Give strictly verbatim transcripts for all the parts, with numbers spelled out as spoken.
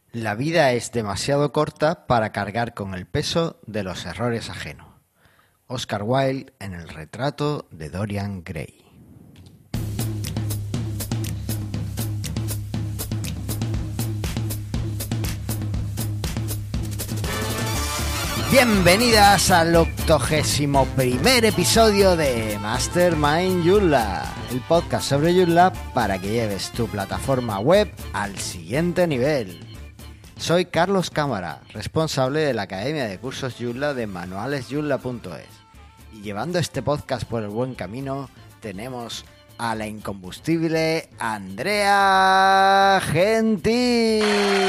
La vida es demasiado corta para cargar con el peso de los errores ajenos. Oscar Wilde en el retrato de Dorian Gray. Bienvenidas al octogésimo primer episodio de Mastermind Joomla, el podcast sobre Joomla para que lleves tu plataforma web al siguiente nivel. Soy Carlos Cámara, responsable de la Academia de Cursos Joomla de manuales joomla punto es. Y llevando este podcast por el buen camino, tenemos a la incombustible Andrea Gentil.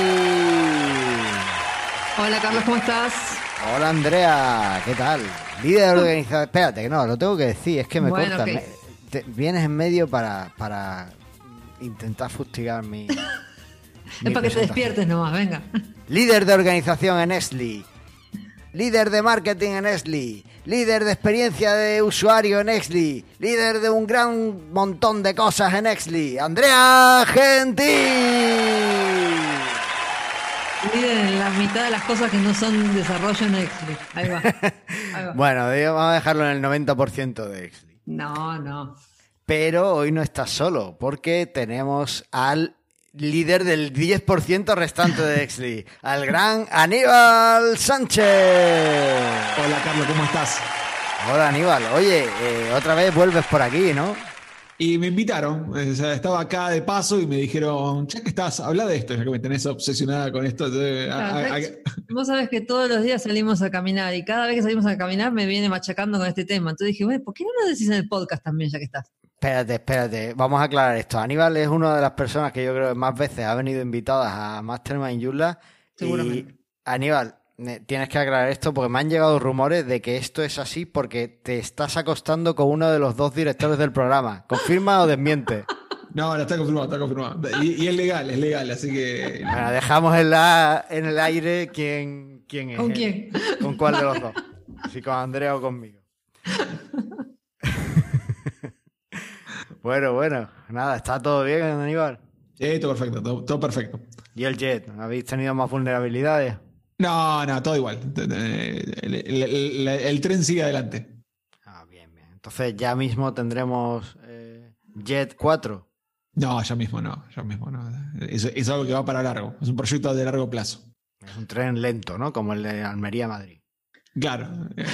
Hola Carlos, ¿cómo estás? Hola Andrea, ¿qué tal? Líder de organización. Espérate, que no, lo tengo que decir, es que me bueno, cortas. Okay. Me, te, vienes en medio para, para intentar fustigar mi. Es para que te despiertes nomás, venga. Líder de organización en Nestlé. Líder de marketing en Nestlé. Líder de experiencia de usuario en Nestlé. Líder de un gran montón de cosas en Nestlé. Andrea Gentil. Líder en la mitad de las cosas que no son desarrollo en Nestlé. Ahí va. Ahí va. Bueno, vamos a dejarlo en el noventa por ciento de Nestlé. No, no. Pero hoy no estás solo, porque tenemos al líder del diez por ciento restante de Exley, al gran Aníbal Sánchez. Hola Carlos, ¿cómo estás? Hola Aníbal, oye, eh, otra vez vuelves por aquí, ¿no? Y me invitaron, o sea, estaba acá de paso y me dijeron, ya que estás, habla de esto, ya que me tenés obsesionada con esto. Entonces, Claro, a, a, a... Vos sabés que todos los días salimos a caminar y cada vez que salimos a caminar me viene machacando con este tema. Entonces dije, bueno, ¿por qué no lo decís en el podcast también ya que estás? Espérate, espérate, vamos a aclarar esto. Aníbal es una de las personas que yo creo que más veces ha venido invitadas a Mastermind Joomla. Seguramente. Y Aníbal, tienes que aclarar esto porque me han llegado rumores de que esto es así porque te estás acostando con uno de los dos directores del programa. ¿Confirma o desmiente? No, no, está confirmado, está confirmado. Y, y es legal, es legal, así que... Bueno, dejamos en, la, en el aire quién, quién es. ¿Con quién? ¿Con cuál de los dos? Si con Andrea o conmigo. Bueno, bueno, nada, ¿está todo bien, Aníbal? Sí, todo perfecto, todo, todo perfecto. ¿Y el Jet? ¿Habéis tenido más vulnerabilidades? No, no, todo igual. El, el, el, el tren sigue adelante. Ah, bien, bien. Entonces ya mismo tendremos eh, Jet cuatro. No, ya mismo no, ya mismo no. Es, es algo que va para largo, es un proyecto de largo plazo. Es un tren lento, ¿no? Como el de Almería-Madrid. Claro.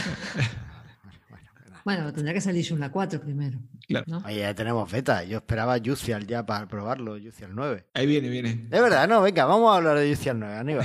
Bueno, tendrá que salir Joomla cuatro primero. Claro. ¿No? Oye, ya tenemos beta. Yo esperaba Juicial ya para probarlo, Juicial nueve. Ahí viene, viene. De verdad, no, venga, vamos a hablar de Juicial nueve, Aníbal.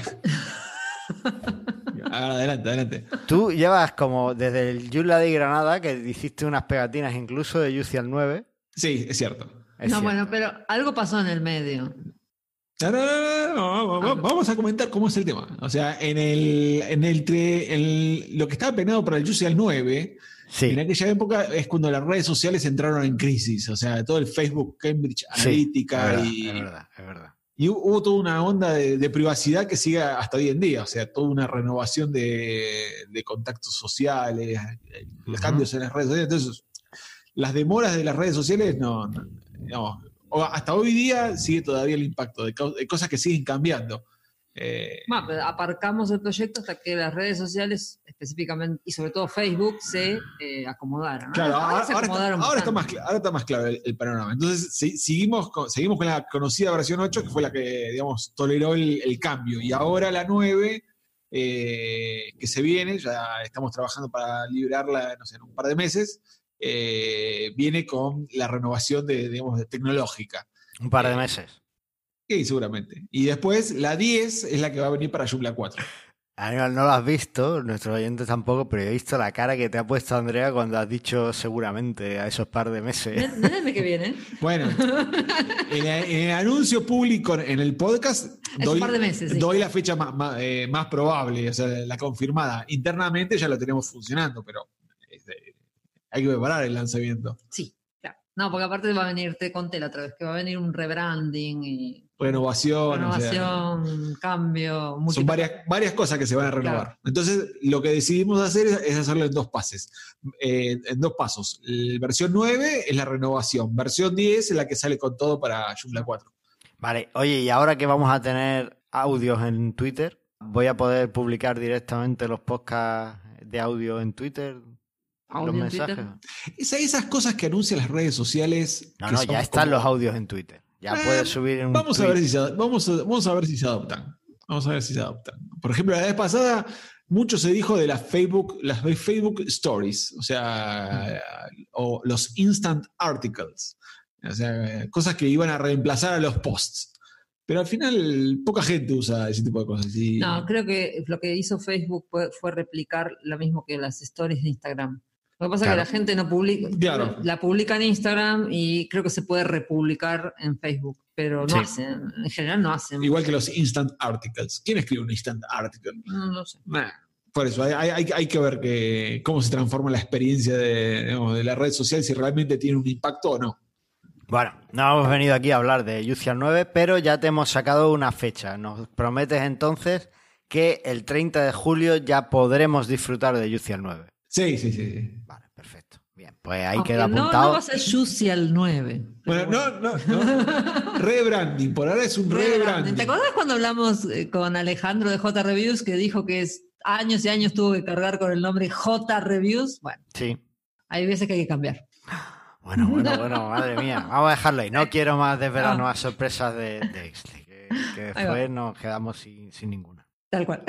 Adelante, adelante. Tú llevas como desde el Joomla de Granada, que hiciste unas pegatinas incluso de Juicial nueve. Sí, es cierto. Es no, cierto. bueno, pero algo pasó en el medio. No, no, no, no, no, no, vamos a comentar cómo es el tema. O sea, en el, en el, tre, el lo que estaba planeado para el Juicial nueve, sí. En aquella época es cuando las redes sociales entraron en crisis. O sea, todo el Facebook, Cambridge Analytica. Sí, es verdad, y, es verdad, es verdad. Y hubo toda una onda de, de privacidad que sigue hasta hoy en día. O sea, toda una renovación de, de contactos sociales, los uh-huh. cambios en las redes sociales. Entonces, las demoras de las redes sociales no, no, no. Hasta hoy día sigue todavía el impacto de, de cosas que siguen cambiando. Eh, bueno, pero aparcamos el proyecto hasta que las redes sociales, específicamente, y sobre todo Facebook, se eh, acomodaron, ¿no? Claro, ahora, ahora, se ahora, acomodaron está, ahora, está más, ahora está más claro el, el panorama. Entonces, si, seguimos, con, seguimos con la conocida versión ocho, que fue la que, digamos, toleró el, el cambio. Y ahora la nueve, eh, que se viene, ya estamos trabajando para liberarla, no sé, en un par de meses. Eh, viene con la renovación de, digamos, de tecnológica. Un par de eh, meses. Sí, seguramente. Y después la diez es la que va a venir para Joomla cuatro. Aníbal, no lo has visto, nuestros oyentes tampoco, pero he visto la cara que te ha puesto Andrea cuando has dicho seguramente a esos par de meses. No es el mes que viene. Bueno, en, en el anuncio público en el podcast doy, un par de meses, sí. doy la fecha más, más, eh, más probable, o sea, la confirmada. Internamente ya lo tenemos funcionando, pero este, hay que preparar el lanzamiento. Sí, claro. No, porque aparte va a venir, te conté la otra vez, que va a venir un rebranding y... Renovación. Renovación, o sea, cambio. Son varias, varias cosas que se van a renovar. Claro. Entonces, lo que decidimos hacer es, es hacerlo en dos pases. Eh, en dos pasos. La versión nueve es la renovación. Versión diez es la que sale con todo para Joomla cuatro. Vale, oye, y ahora que vamos a tener audios en Twitter, ¿voy a poder publicar directamente los podcasts de audio en Twitter? ¿Audio ¿Los en mensajes? Twitter? Esa- esas cosas que anuncian las redes sociales. No, que no, son ya están como- los audios en Twitter. Ya Eh, puedes subir un vamos a tweet. ver si se, vamos a, vamos a ver si se adoptan. Vamos a ver si se adoptan. Por ejemplo, la vez pasada mucho se dijo de las Facebook, las Facebook Stories, o sea, o los Instant Articles, o sea, cosas que iban a reemplazar a los posts. Pero al final poca gente usa ese tipo de cosas. Y... No, creo que lo que hizo Facebook fue, fue replicar lo mismo que las stories de Instagram. Lo que pasa Claro. es que la gente no publica, Claro. la publica en Instagram y creo que se puede republicar en Facebook, pero no Sí. hacen, en general no hacen. Igual que los Instant Articles. ¿Quién escribe un Instant Article? No lo sé. Nah, por eso hay, hay- hay que ver que, cómo se transforma la experiencia de, digamos, de la red social, si realmente tiene un impacto o no. Bueno, no hemos venido aquí a hablar de Yucial nueve, pero ya te hemos sacado una fecha. Nos prometes entonces que el treinta de julio ya podremos disfrutar de Yucial nueve. Sí, sí, sí. sí. Vale, perfecto. Bien, pues ahí Aunque queda no, apuntado. no va a ser Yucial nueve. Bueno, no, no, no. Rebranding, por ahora es un rebranding. ¿Te acuerdas cuando hablamos eh, con Alejandro de J Reviews que dijo que es, años y años tuvo que cargar con el nombre J Reviews? Bueno, Sí. hay veces que hay que cambiar. Bueno, bueno, bueno, madre mía. Vamos a dejarlo ahí. No quiero más desvelar Ah. nuevas sorpresas de, de Ixtli, que, que Ahí va. después nos quedamos sin, sin ninguna. Tal cual.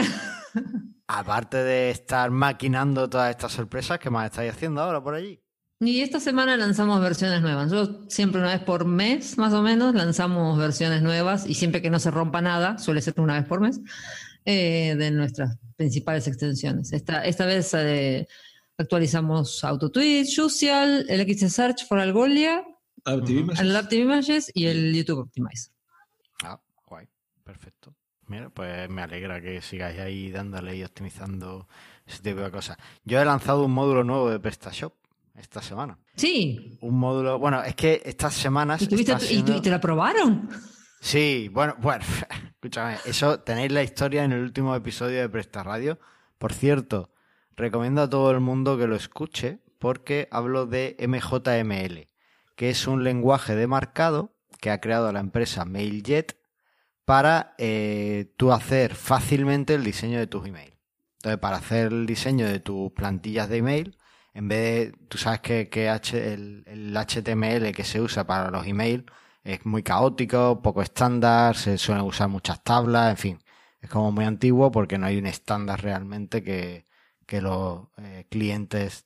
Aparte de estar maquinando todas estas sorpresas, ¿qué más estáis haciendo ahora por allí? Y esta semana lanzamos versiones nuevas. Nosotros siempre una vez por mes, más o menos, lanzamos versiones nuevas y siempre que no se rompa nada, suele ser una vez por mes, eh, de nuestras principales extensiones. Esta, esta vez eh, actualizamos AutoTweet, Juicial, el X Search for Algolia, Adaptive Images. el Adaptive Images y el YouTube Optimizer. Ah, guay, perfecto. Mira, pues me alegra que sigáis ahí dándole y optimizando ese tipo de cosas. Yo he lanzado un módulo nuevo de PrestaShop esta semana. Sí. Un módulo, bueno, es que estas semanas... ¿Y, tuviste, está y, tu- siendo- y te la probaron? Sí, bueno, bueno, escúchame, eso tenéis la historia en el último episodio de Presta Radio. Por cierto, recomiendo a todo el mundo que lo escuche porque hablo de M J M L, que es un lenguaje de marcado que ha creado la empresa MailJet para eh, tú hacer fácilmente el diseño de tus emails. Entonces, para hacer el diseño de tus plantillas de email, en vez de, tú sabes que, que H, el, el H T M L que se usa para los emails es muy caótico, poco estándar, se suelen usar muchas tablas, en fin, es como muy antiguo porque no hay un estándar realmente que, que los eh, clientes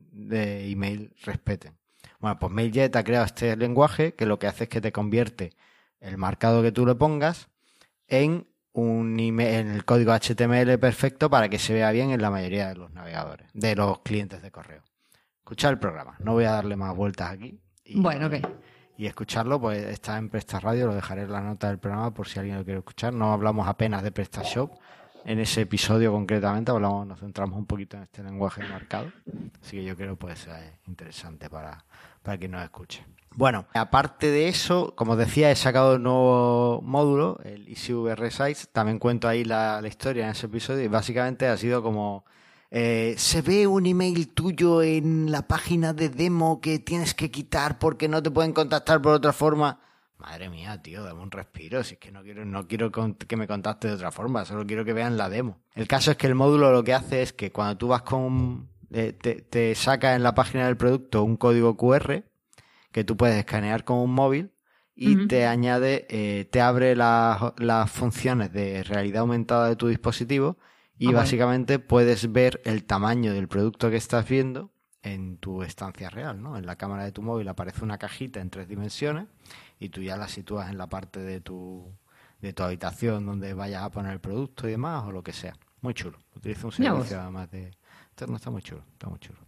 de email respeten. Bueno, pues MailJet ha creado este lenguaje que lo que hace es que te convierte el marcado que tú le pongas en un email, en el código H T M L perfecto para que se vea bien en la mayoría de los navegadores, de los clientes de correo. Escuchar el programa, no voy a darle más vueltas aquí. Y, Bueno, ok. y escucharlo, pues está en Presta Radio, lo dejaré en la nota del programa por si alguien lo quiere escuchar. No hablamos apenas de PrestaShop en ese episodio concretamente, hablamos, nos centramos un poquito en este lenguaje de marcado, así que yo creo que puede ser interesante para, para quien nos escuche. Bueno, aparte de eso, como os decía, he sacado un nuevo módulo, el I C V R Sites. También cuento ahí la, la historia en ese episodio y básicamente ha sido como... Eh, se ve un email tuyo en la página de demo que tienes que quitar porque no te pueden contactar por otra forma. Madre mía, tío, dame un respiro. Si es que no quiero, no quiero que me contacte de otra forma, solo quiero que vean la demo. El caso es que el módulo lo que hace es que cuando tú vas con... Eh, te, te saca en la página del producto un código Q R que tú puedes escanear con un móvil y Uh-huh. te añade, eh, te abre las, las funciones de realidad aumentada de tu dispositivo y Okay. básicamente puedes ver el tamaño del producto que estás viendo en tu estancia real, ¿no? En la cámara de tu móvil aparece una cajita en tres dimensiones y tú ya la sitúas en la parte de tu, de tu habitación donde vayas a poner el producto y demás o lo que sea. Muy chulo. Utiliza un Mira servicio vos. además de... Esto no está muy chulo, está muy chulo.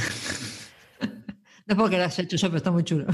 No es porque lo haya hecho yo, pero está muy chulo.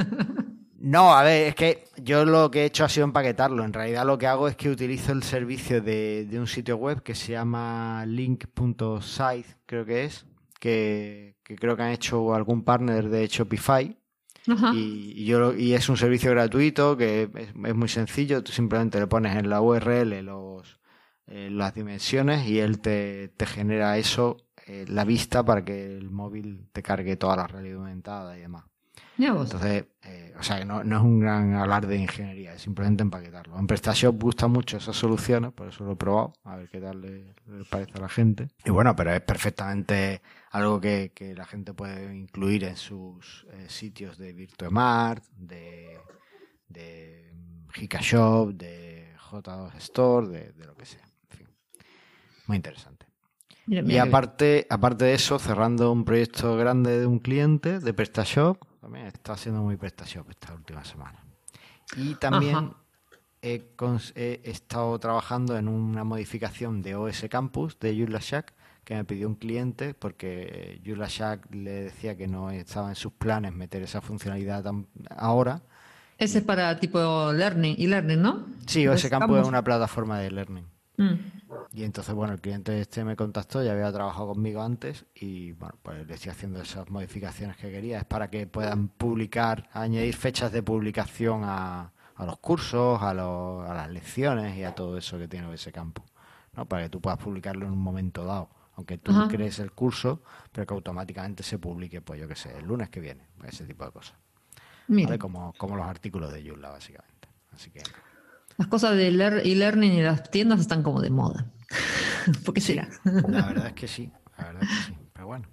No, a ver, es que yo lo que he hecho ha sido empaquetarlo. En realidad lo que hago es que utilizo el servicio de, de un sitio web que se llama link punto site, creo que es, que, que creo que han hecho algún partner de Shopify. Ajá. Y, y, yo, y es un servicio gratuito que es, es muy sencillo. Tú simplemente le pones en la U R L los, eh, las dimensiones y él te, te genera eso, eh, la vista para que el móvil te cargue toda la realidad aumentada y demás. Mira vos. Entonces, eh, o sea, que no, no es un gran alarde de ingeniería, es simplemente empaquetarlo. En PrestaShop gustan mucho esas soluciones, por eso lo he probado, a ver qué tal le, le parece a la gente. Y bueno, pero es perfectamente algo que, que la gente puede incluir en sus eh, sitios de VirtueMart, de, de Hikashop, de J dos Store, de, de lo que sea. En fin, muy interesante. Mira, Y mira, aparte, aparte de eso, cerrando un proyecto grande de un cliente de PrestaShop, también está haciendo muy PrestaShop esta última semana. Y también Ajá. he, cons- he estado trabajando en una modificación de O S Campus de Joomla Shack que me pidió un cliente porque Joomla Shack le decía que no estaba en sus planes meter esa funcionalidad tan- ahora. Ese es para tipo learning y learning, ¿no? Sí, O S Entonces, Campus Campus. es una plataforma de learning. Mm. Y entonces, bueno, el cliente este me contactó, ya había trabajado conmigo antes y, bueno, pues le estoy haciendo esas modificaciones que quería. Es para que puedan publicar, añadir fechas de publicación a, a los cursos, a, los, a las lecciones y a todo eso que tiene ese campo, ¿no? Para que tú puedas publicarlo en un momento dado, aunque tú Ajá. crees el curso, pero que automáticamente se publique, pues yo qué sé, el lunes que viene, ese tipo de cosas. Mira, ¿Vale? Como, como los artículos de Joomla, básicamente. Así que... las cosas de lear- e-learning y las tiendas están como de moda. ¿Por qué será? La verdad es que sí, la verdad es que sí, pero bueno.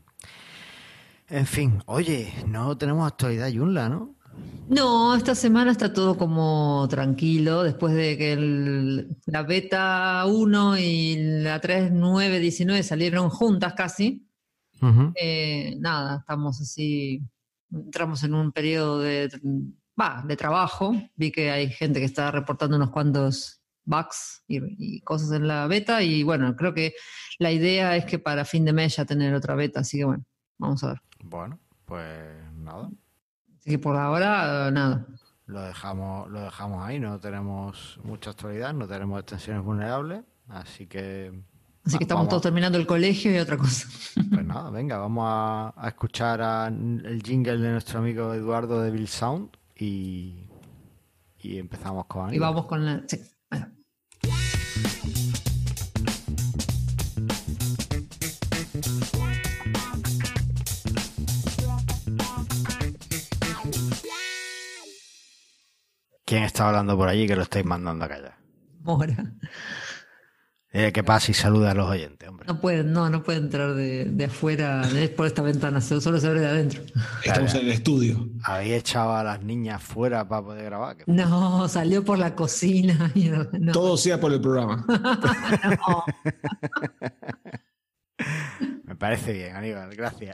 En fin, oye, no tenemos actualidad Joomla, ¿no? No, esta semana está todo como tranquilo, después de que el- la beta uno y la tres punto nueve punto diecinueve salieron juntas casi. Uh-huh. Eh, nada, estamos así, entramos en un periodo de, va, de trabajo. Vi que hay gente que está reportando unos cuantos bugs y, y cosas en la beta y bueno, creo que la idea es que para fin de mes ya tener otra beta, así que bueno, vamos a ver. Bueno, pues nada, Así que por ahora, nada. lo dejamos, lo dejamos ahí, no tenemos mucha actualidad, no tenemos extensiones vulnerables, así que... Así que estamos vamos, todos terminando el colegio y otra cosa. pues nada, venga, vamos a, a escuchar a, el jingle de nuestro amigo Eduardo de Build Sound y, y empezamos con Y Aníbal. vamos con la... Sí, bueno. ¿Quién está hablando por allí que lo estáis mandando a callar? Mora. Eh, que pase y saluda a los oyentes, hombre. No puede, no, no puede entrar de, de afuera, de, por esta ventana, solo se abre de adentro. Estamos en el estudio. ¿Habéis echado a las niñas fuera para poder grabar? ¿Qué? No, salió por la cocina. Y no, no. Todo sea por el programa. No. Me parece bien, Aníbal, gracias.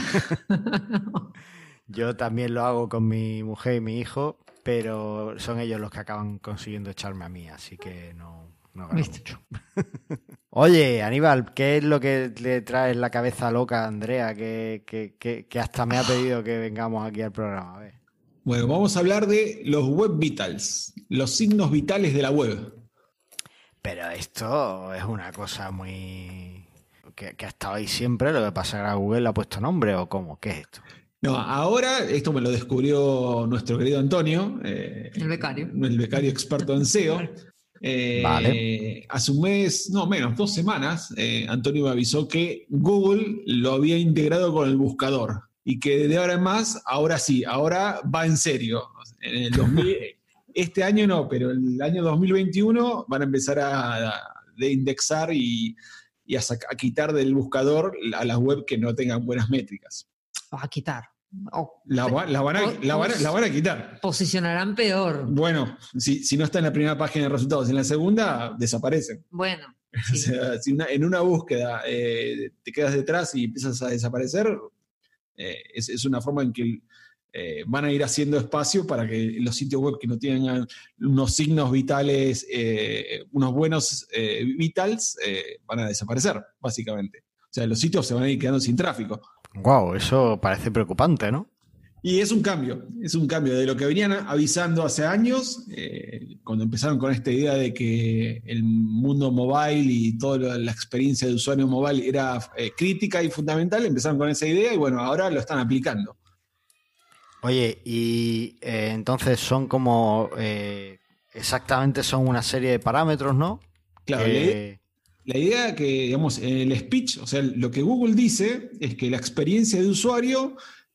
Yo también lo hago con mi mujer y mi hijo, pero son ellos los que acaban consiguiendo echarme a mí, así que no, no gano ¿Viste? mucho. Oye, Aníbal, ¿qué es lo que le trae en la cabeza loca a Andrea que, que, que, que hasta me ha pedido que vengamos aquí al programa? A ver. Bueno, vamos a hablar de los web vitals, los signos vitales de la web. Pero esto es una cosa muy... que, que ha estado ahí siempre, lo que pasa es que a Google le ha puesto nombre o cómo, ¿qué es esto? No, ahora esto me lo descubrió nuestro querido Antonio, eh, El becario. el becario experto en S E O. Eh, Vale. Hace un mes, no menos, dos semanas, eh, Antonio me avisó que Google lo había integrado con el buscador y que de ahora en más, ahora sí, ahora va en serio. En el dos mil, este año no, pero el año dos mil veintiuno van a empezar a, a de indexar y, y a, sac- a quitar del buscador a las web que no tengan buenas métricas. Va a quitar. O La, va- la van, a, la, van a, la van a quitar. posicionarán peor. Bueno, si, si no está en la primera página de resultados, en la segunda desaparecen. Bueno, O sea, si una- en una búsqueda eh, te quedas detrás y empiezas a desaparecer, eh, es, es una forma en que eh, van a ir haciendo espacio para que los sitios web que no tengan unos signos vitales, eh, unos buenos eh, vitals, eh, van a desaparecer, básicamente. O sea, los sitios se van a ir quedando sin tráfico. Wow, eso parece preocupante, ¿no? Y es un cambio, es un cambio de lo que venían avisando hace años, eh, cuando empezaron con esta idea de que el mundo mobile y toda la experiencia de usuario mobile era eh, crítica y fundamental, empezaron con esa idea y bueno, ahora lo están aplicando. Oye, y eh, entonces son como... eh, exactamente son una serie de parámetros, ¿no? Claro, Que- la idea que, digamos, en el speech, o sea, lo que Google dice es que la experiencia de usuario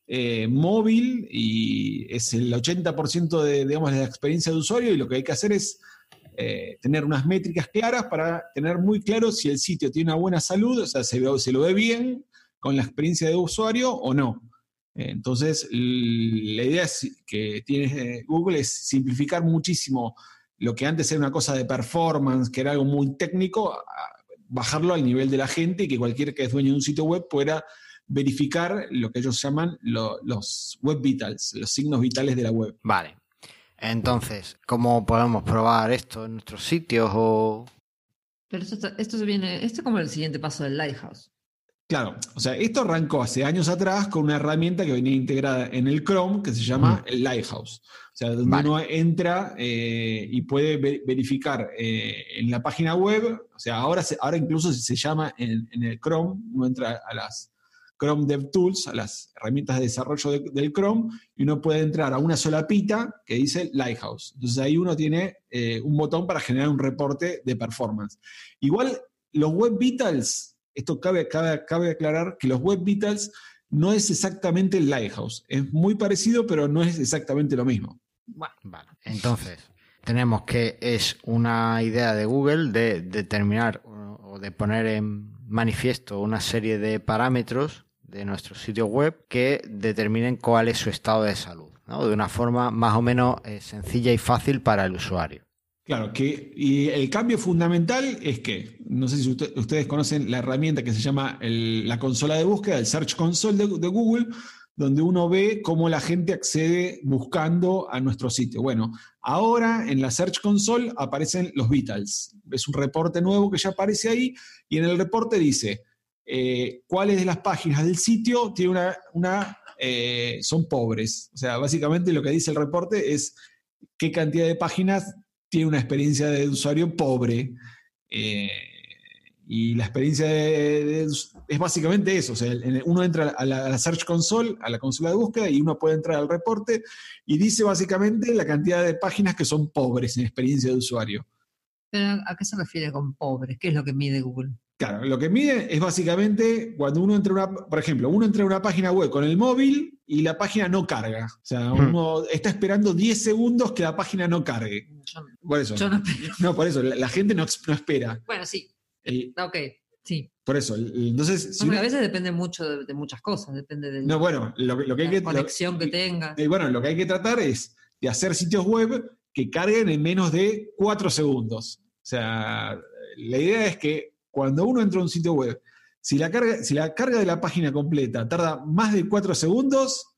eh, móvil y es el ochenta por ciento de, digamos, de la experiencia de usuario, y lo que hay que hacer es eh, tener unas métricas claras para tener muy claro si el sitio tiene una buena salud, o sea, se, ve, se lo ve bien con la experiencia de usuario o no. Entonces, la idea es que tiene Google es simplificar muchísimo lo que antes era una cosa de performance, que era algo muy técnico, bajarlo al nivel de la gente y que cualquiera que es dueño de un sitio web pueda verificar lo que ellos llaman lo, los web vitals, los signos vitales de la web. Vale. Entonces, ¿cómo podemos probar esto en nuestros sitios? O... Pero esto, está, esto se viene, esto es como el siguiente paso del Lighthouse. Claro, o sea, esto arrancó hace años atrás con una herramienta que venía integrada en el Chrome que se llama mm. el Lighthouse. O sea, donde vale. uno entra eh, y puede ver, verificar eh, en la página web, o sea, ahora, se, ahora incluso se llama en, en el Chrome, uno entra a las Chrome DevTools, a las herramientas de desarrollo de, del Chrome, y uno puede entrar a una sola pita que dice Lighthouse. Entonces ahí uno tiene eh, un botón para generar un reporte de performance. Igual los Web Vitals... Esto cabe, cabe, cabe aclarar que los Web Vitals no es exactamente el Lighthouse. Es muy parecido, pero no es exactamente lo mismo. Bueno, vale. Entonces, tenemos que es una idea de Google de determinar o de poner en manifiesto una serie de parámetros de nuestro sitio web que determinen cuál es su estado de salud, ¿no? De una forma más o menos eh, sencilla y fácil para el usuario. Claro, que, y el cambio fundamental es que, no sé si usted, ustedes conocen la herramienta que se llama el, la consola de búsqueda, el Search Console de, de Google, donde uno ve cómo la gente accede buscando a nuestro sitio. Bueno, ahora en la Search Console aparecen los vitals. Es un reporte nuevo que ya aparece ahí, y en el reporte dice eh, cuáles de las páginas del sitio tiene una, una eh, son pobres. O sea, básicamente lo que dice el reporte es qué cantidad de páginas tiene una experiencia de usuario pobre, eh, y la experiencia de, de, es básicamente eso. O sea, uno entra a la, a la Search Console, a la consola de búsqueda, y uno puede entrar al reporte y dice básicamente la cantidad de páginas que son pobres en experiencia de usuario. ¿Pero a qué se refiere con pobres? ¿Qué es lo que mide Google? Claro, lo que mide es básicamente cuando uno entra a una, por ejemplo, uno entra a una página web con el móvil y la página no carga. O sea, uno está esperando diez segundos que la página no cargue. Yo, por eso. Yo no espero. No, por eso, la, la gente no, no espera. Bueno, sí. El, ok, sí. Por eso, entonces... Si no, uno, a veces depende mucho de, de muchas cosas, depende de no, bueno, lo, lo que hay la que, conexión lo, que tenga. Y, bueno, lo que hay que tratar es de hacer sitios web que carguen en menos de cuatro segundos. O sea, la idea es que cuando uno entra a un sitio web, si la carga, si la carga de la página completa tarda más de cuatro segundos,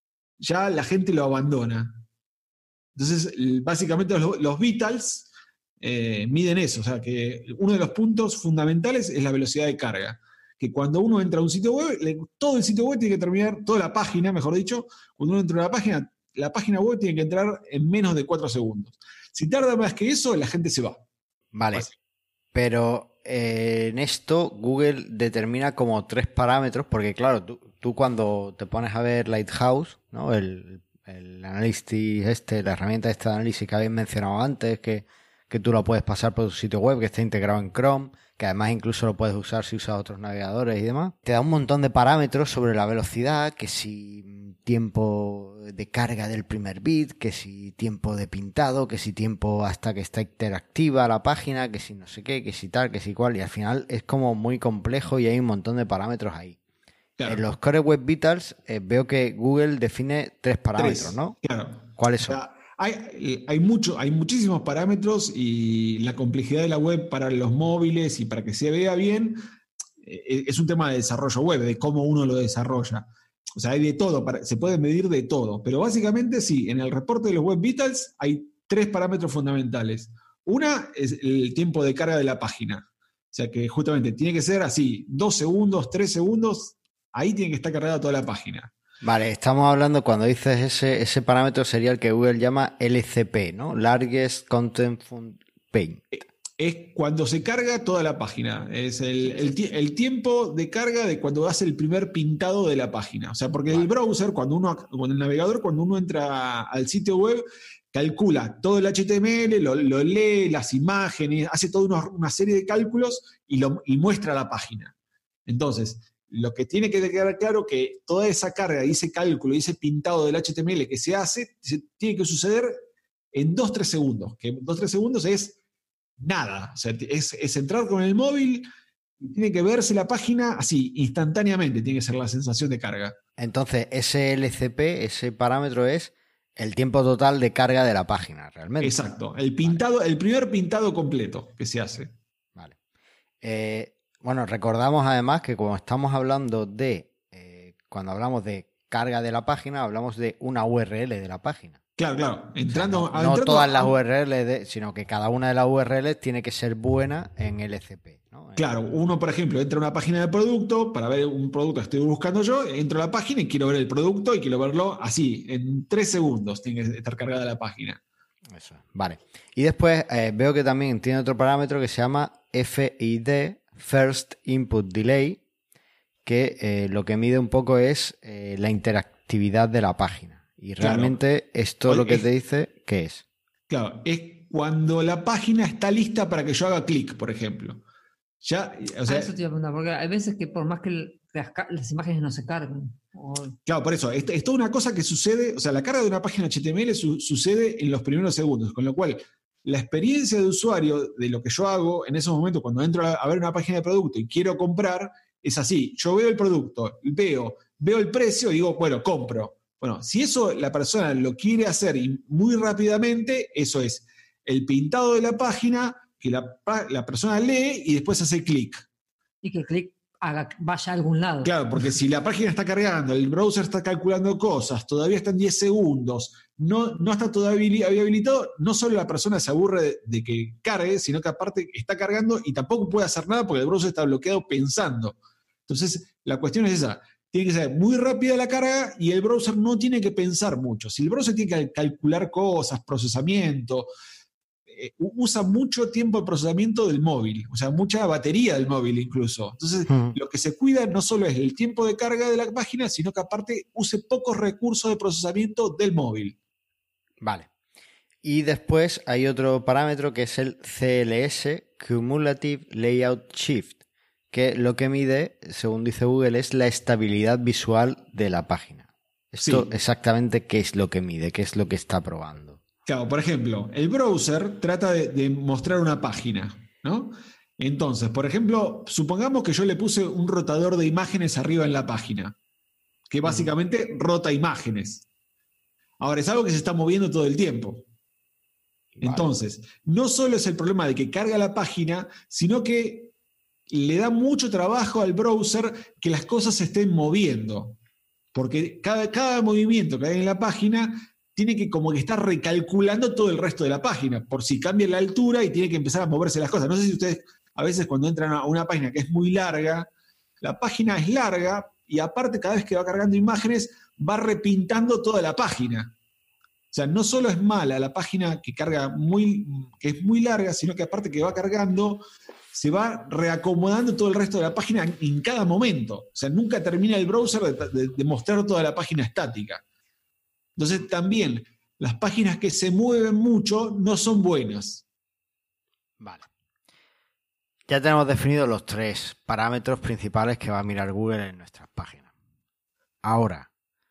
ya la gente lo abandona. Entonces, básicamente los, los vitals eh, miden eso. O sea, que uno de los puntos fundamentales es la velocidad de carga. Que cuando uno entra a un sitio web, todo el sitio web tiene que terminar, toda la página, mejor dicho, cuando uno entra a la página, la página web tiene que entrar en menos de cuatro segundos. Si tarda más que eso, la gente se va. Vale, Así. Pero eh, en esto Google determina como tres parámetros, porque claro, tú, tú cuando te pones a ver Lighthouse, ¿no? El, el análisis este, la herramienta esta de análisis que habéis mencionado antes, que, que tú lo puedes pasar por tu sitio web, que está integrado en Chrome, que además incluso lo puedes usar si usas otros navegadores y demás. Te da un montón de parámetros sobre la velocidad, que si tiempo de carga del primer bit, que si tiempo de pintado, que si tiempo hasta que está interactiva la página, que si no sé qué, que si tal, que si cual, y al final es como muy complejo y hay un montón de parámetros ahí. Claro. En los Core Web Vitals eh, veo que Google define tres parámetros, tres, ¿no? Claro. ¿Cuáles son? O sea, Hay, hay, mucho, hay muchísimos parámetros, y la complejidad de la web para los móviles y para que se vea bien eh, es un tema de desarrollo web, de cómo uno lo desarrolla. O sea, hay de todo, para, se puede medir de todo. Pero básicamente sí, en el reporte de los Web Vitals hay tres parámetros fundamentales. Una es el tiempo de carga de la página. O sea que justamente tiene que ser así, dos segundos, tres segundos, ahí tiene que estar cargada toda la página. Vale, estamos hablando, cuando dices ese, ese parámetro sería el que Google llama L C P, ¿no? Largest Contentful Paint. Es cuando se carga toda la página. Es el, el, el tiempo de carga de cuando hace el primer pintado de la página. O sea, porque vale. el browser, cuando uno, con el navegador, cuando uno entra al sitio web, calcula todo el H T M L, lo, lo lee, las imágenes, hace toda una, una serie de cálculos y, lo, y muestra la página. Entonces, lo que tiene que quedar claro que toda esa carga y ese cálculo y ese pintado del H T M L que se hace, se, tiene que suceder en dos tres segundos, que dos tres segundos es nada, o sea, es, es entrar con el móvil y tiene que verse la página así, instantáneamente tiene que ser la sensación de carga. Entonces, ese L C P, ese parámetro es el tiempo total de carga de la página, realmente. Exacto, el pintado, vale. El primer pintado completo que se hace. Vale. Eh, bueno, recordamos además que como estamos hablando de, eh, cuando hablamos de carga de la página, hablamos de una U R L de la página. Claro, claro. Entrando, o sea, no, entrando no todas a... las U R L, de, sino que cada una de las U R L tiene que ser buena en L C P, ¿no? Claro, uno, por ejemplo, entra a una página de producto para ver un producto que estoy buscando yo, entro a la página y quiero ver el producto y quiero verlo así, en tres segundos tiene que estar cargada la página. Eso, vale. Y después eh, veo que también tiene otro parámetro que se llama F I D, First Input Delay, que eh, lo que mide un poco es eh, la interactividad de la página. Y realmente claro. Esto Oye, lo que es, te dice, ¿qué es? Claro, es cuando la página está lista para que yo haga clic, por ejemplo. Ya, o sea, ah, eso te iba a preguntar, porque hay veces que por más que las, las imágenes no se cargan. O... Claro, por eso, es, es toda una cosa que sucede, o sea, la carga de una página H T M L su, sucede en los primeros segundos, con lo cual la experiencia de usuario de lo que yo hago en esos momentos cuando entro a, a ver una página de producto y quiero comprar, es así, yo veo el producto, veo, veo el precio y digo, bueno, compro. Bueno, si eso la persona lo quiere hacer muy rápidamente, eso es el pintado de la página que la, la persona lee y después hace clic. Y que el clic haga, vaya a algún lado. Claro, porque si la página está cargando, el browser está calculando cosas, todavía están diez segundos, no, no está todavía habilitado, no solo la persona se aburre de, de que cargue, sino que aparte está cargando y tampoco puede hacer nada porque el browser está bloqueado pensando. Entonces, la cuestión es esa. Tiene que ser muy rápida la carga y el browser no tiene que pensar mucho. Si el browser tiene que calcular cosas, procesamiento, eh, usa mucho tiempo de procesamiento del móvil, o sea, mucha batería del móvil incluso. Entonces, uh-huh. Lo que se cuida no solo es el tiempo de carga de la página, sino que aparte use pocos recursos de procesamiento del móvil. Vale. Y después hay otro parámetro que es el C L S, Cumulative Layout Shift, que lo que mide, según dice Google, es la estabilidad visual de la página. Esto sí. Exactamente qué es lo que mide, qué es lo que está probando. Claro, por ejemplo, el browser trata de, de mostrar una página, ¿no? Entonces, por ejemplo, supongamos que yo le puse un rotador de imágenes arriba en la página, que básicamente uh-huh. rota imágenes. Ahora, es algo que se está moviendo todo el tiempo. Vale. Entonces, no solo es el problema de que carga la página, sino que le da mucho trabajo al browser que las cosas se estén moviendo. Porque cada, cada movimiento que hay en la página tiene que como que estar recalculando todo el resto de la página, por si cambia la altura y tiene que empezar a moverse las cosas. No sé si ustedes a veces cuando entran a una página que es muy larga, la página es larga y aparte cada vez que va cargando imágenes va repintando toda la página. O sea, no solo es mala la página que carga muy, que es muy larga, sino que aparte que va cargando, se va reacomodando todo el resto de la página en, en cada momento. O sea, nunca termina el browser de, de, de mostrar toda la página estática. Entonces, también, las páginas que se mueven mucho no son buenas. Vale. Ya tenemos definidos los tres parámetros principales que va a mirar Google en nuestras páginas. Ahora,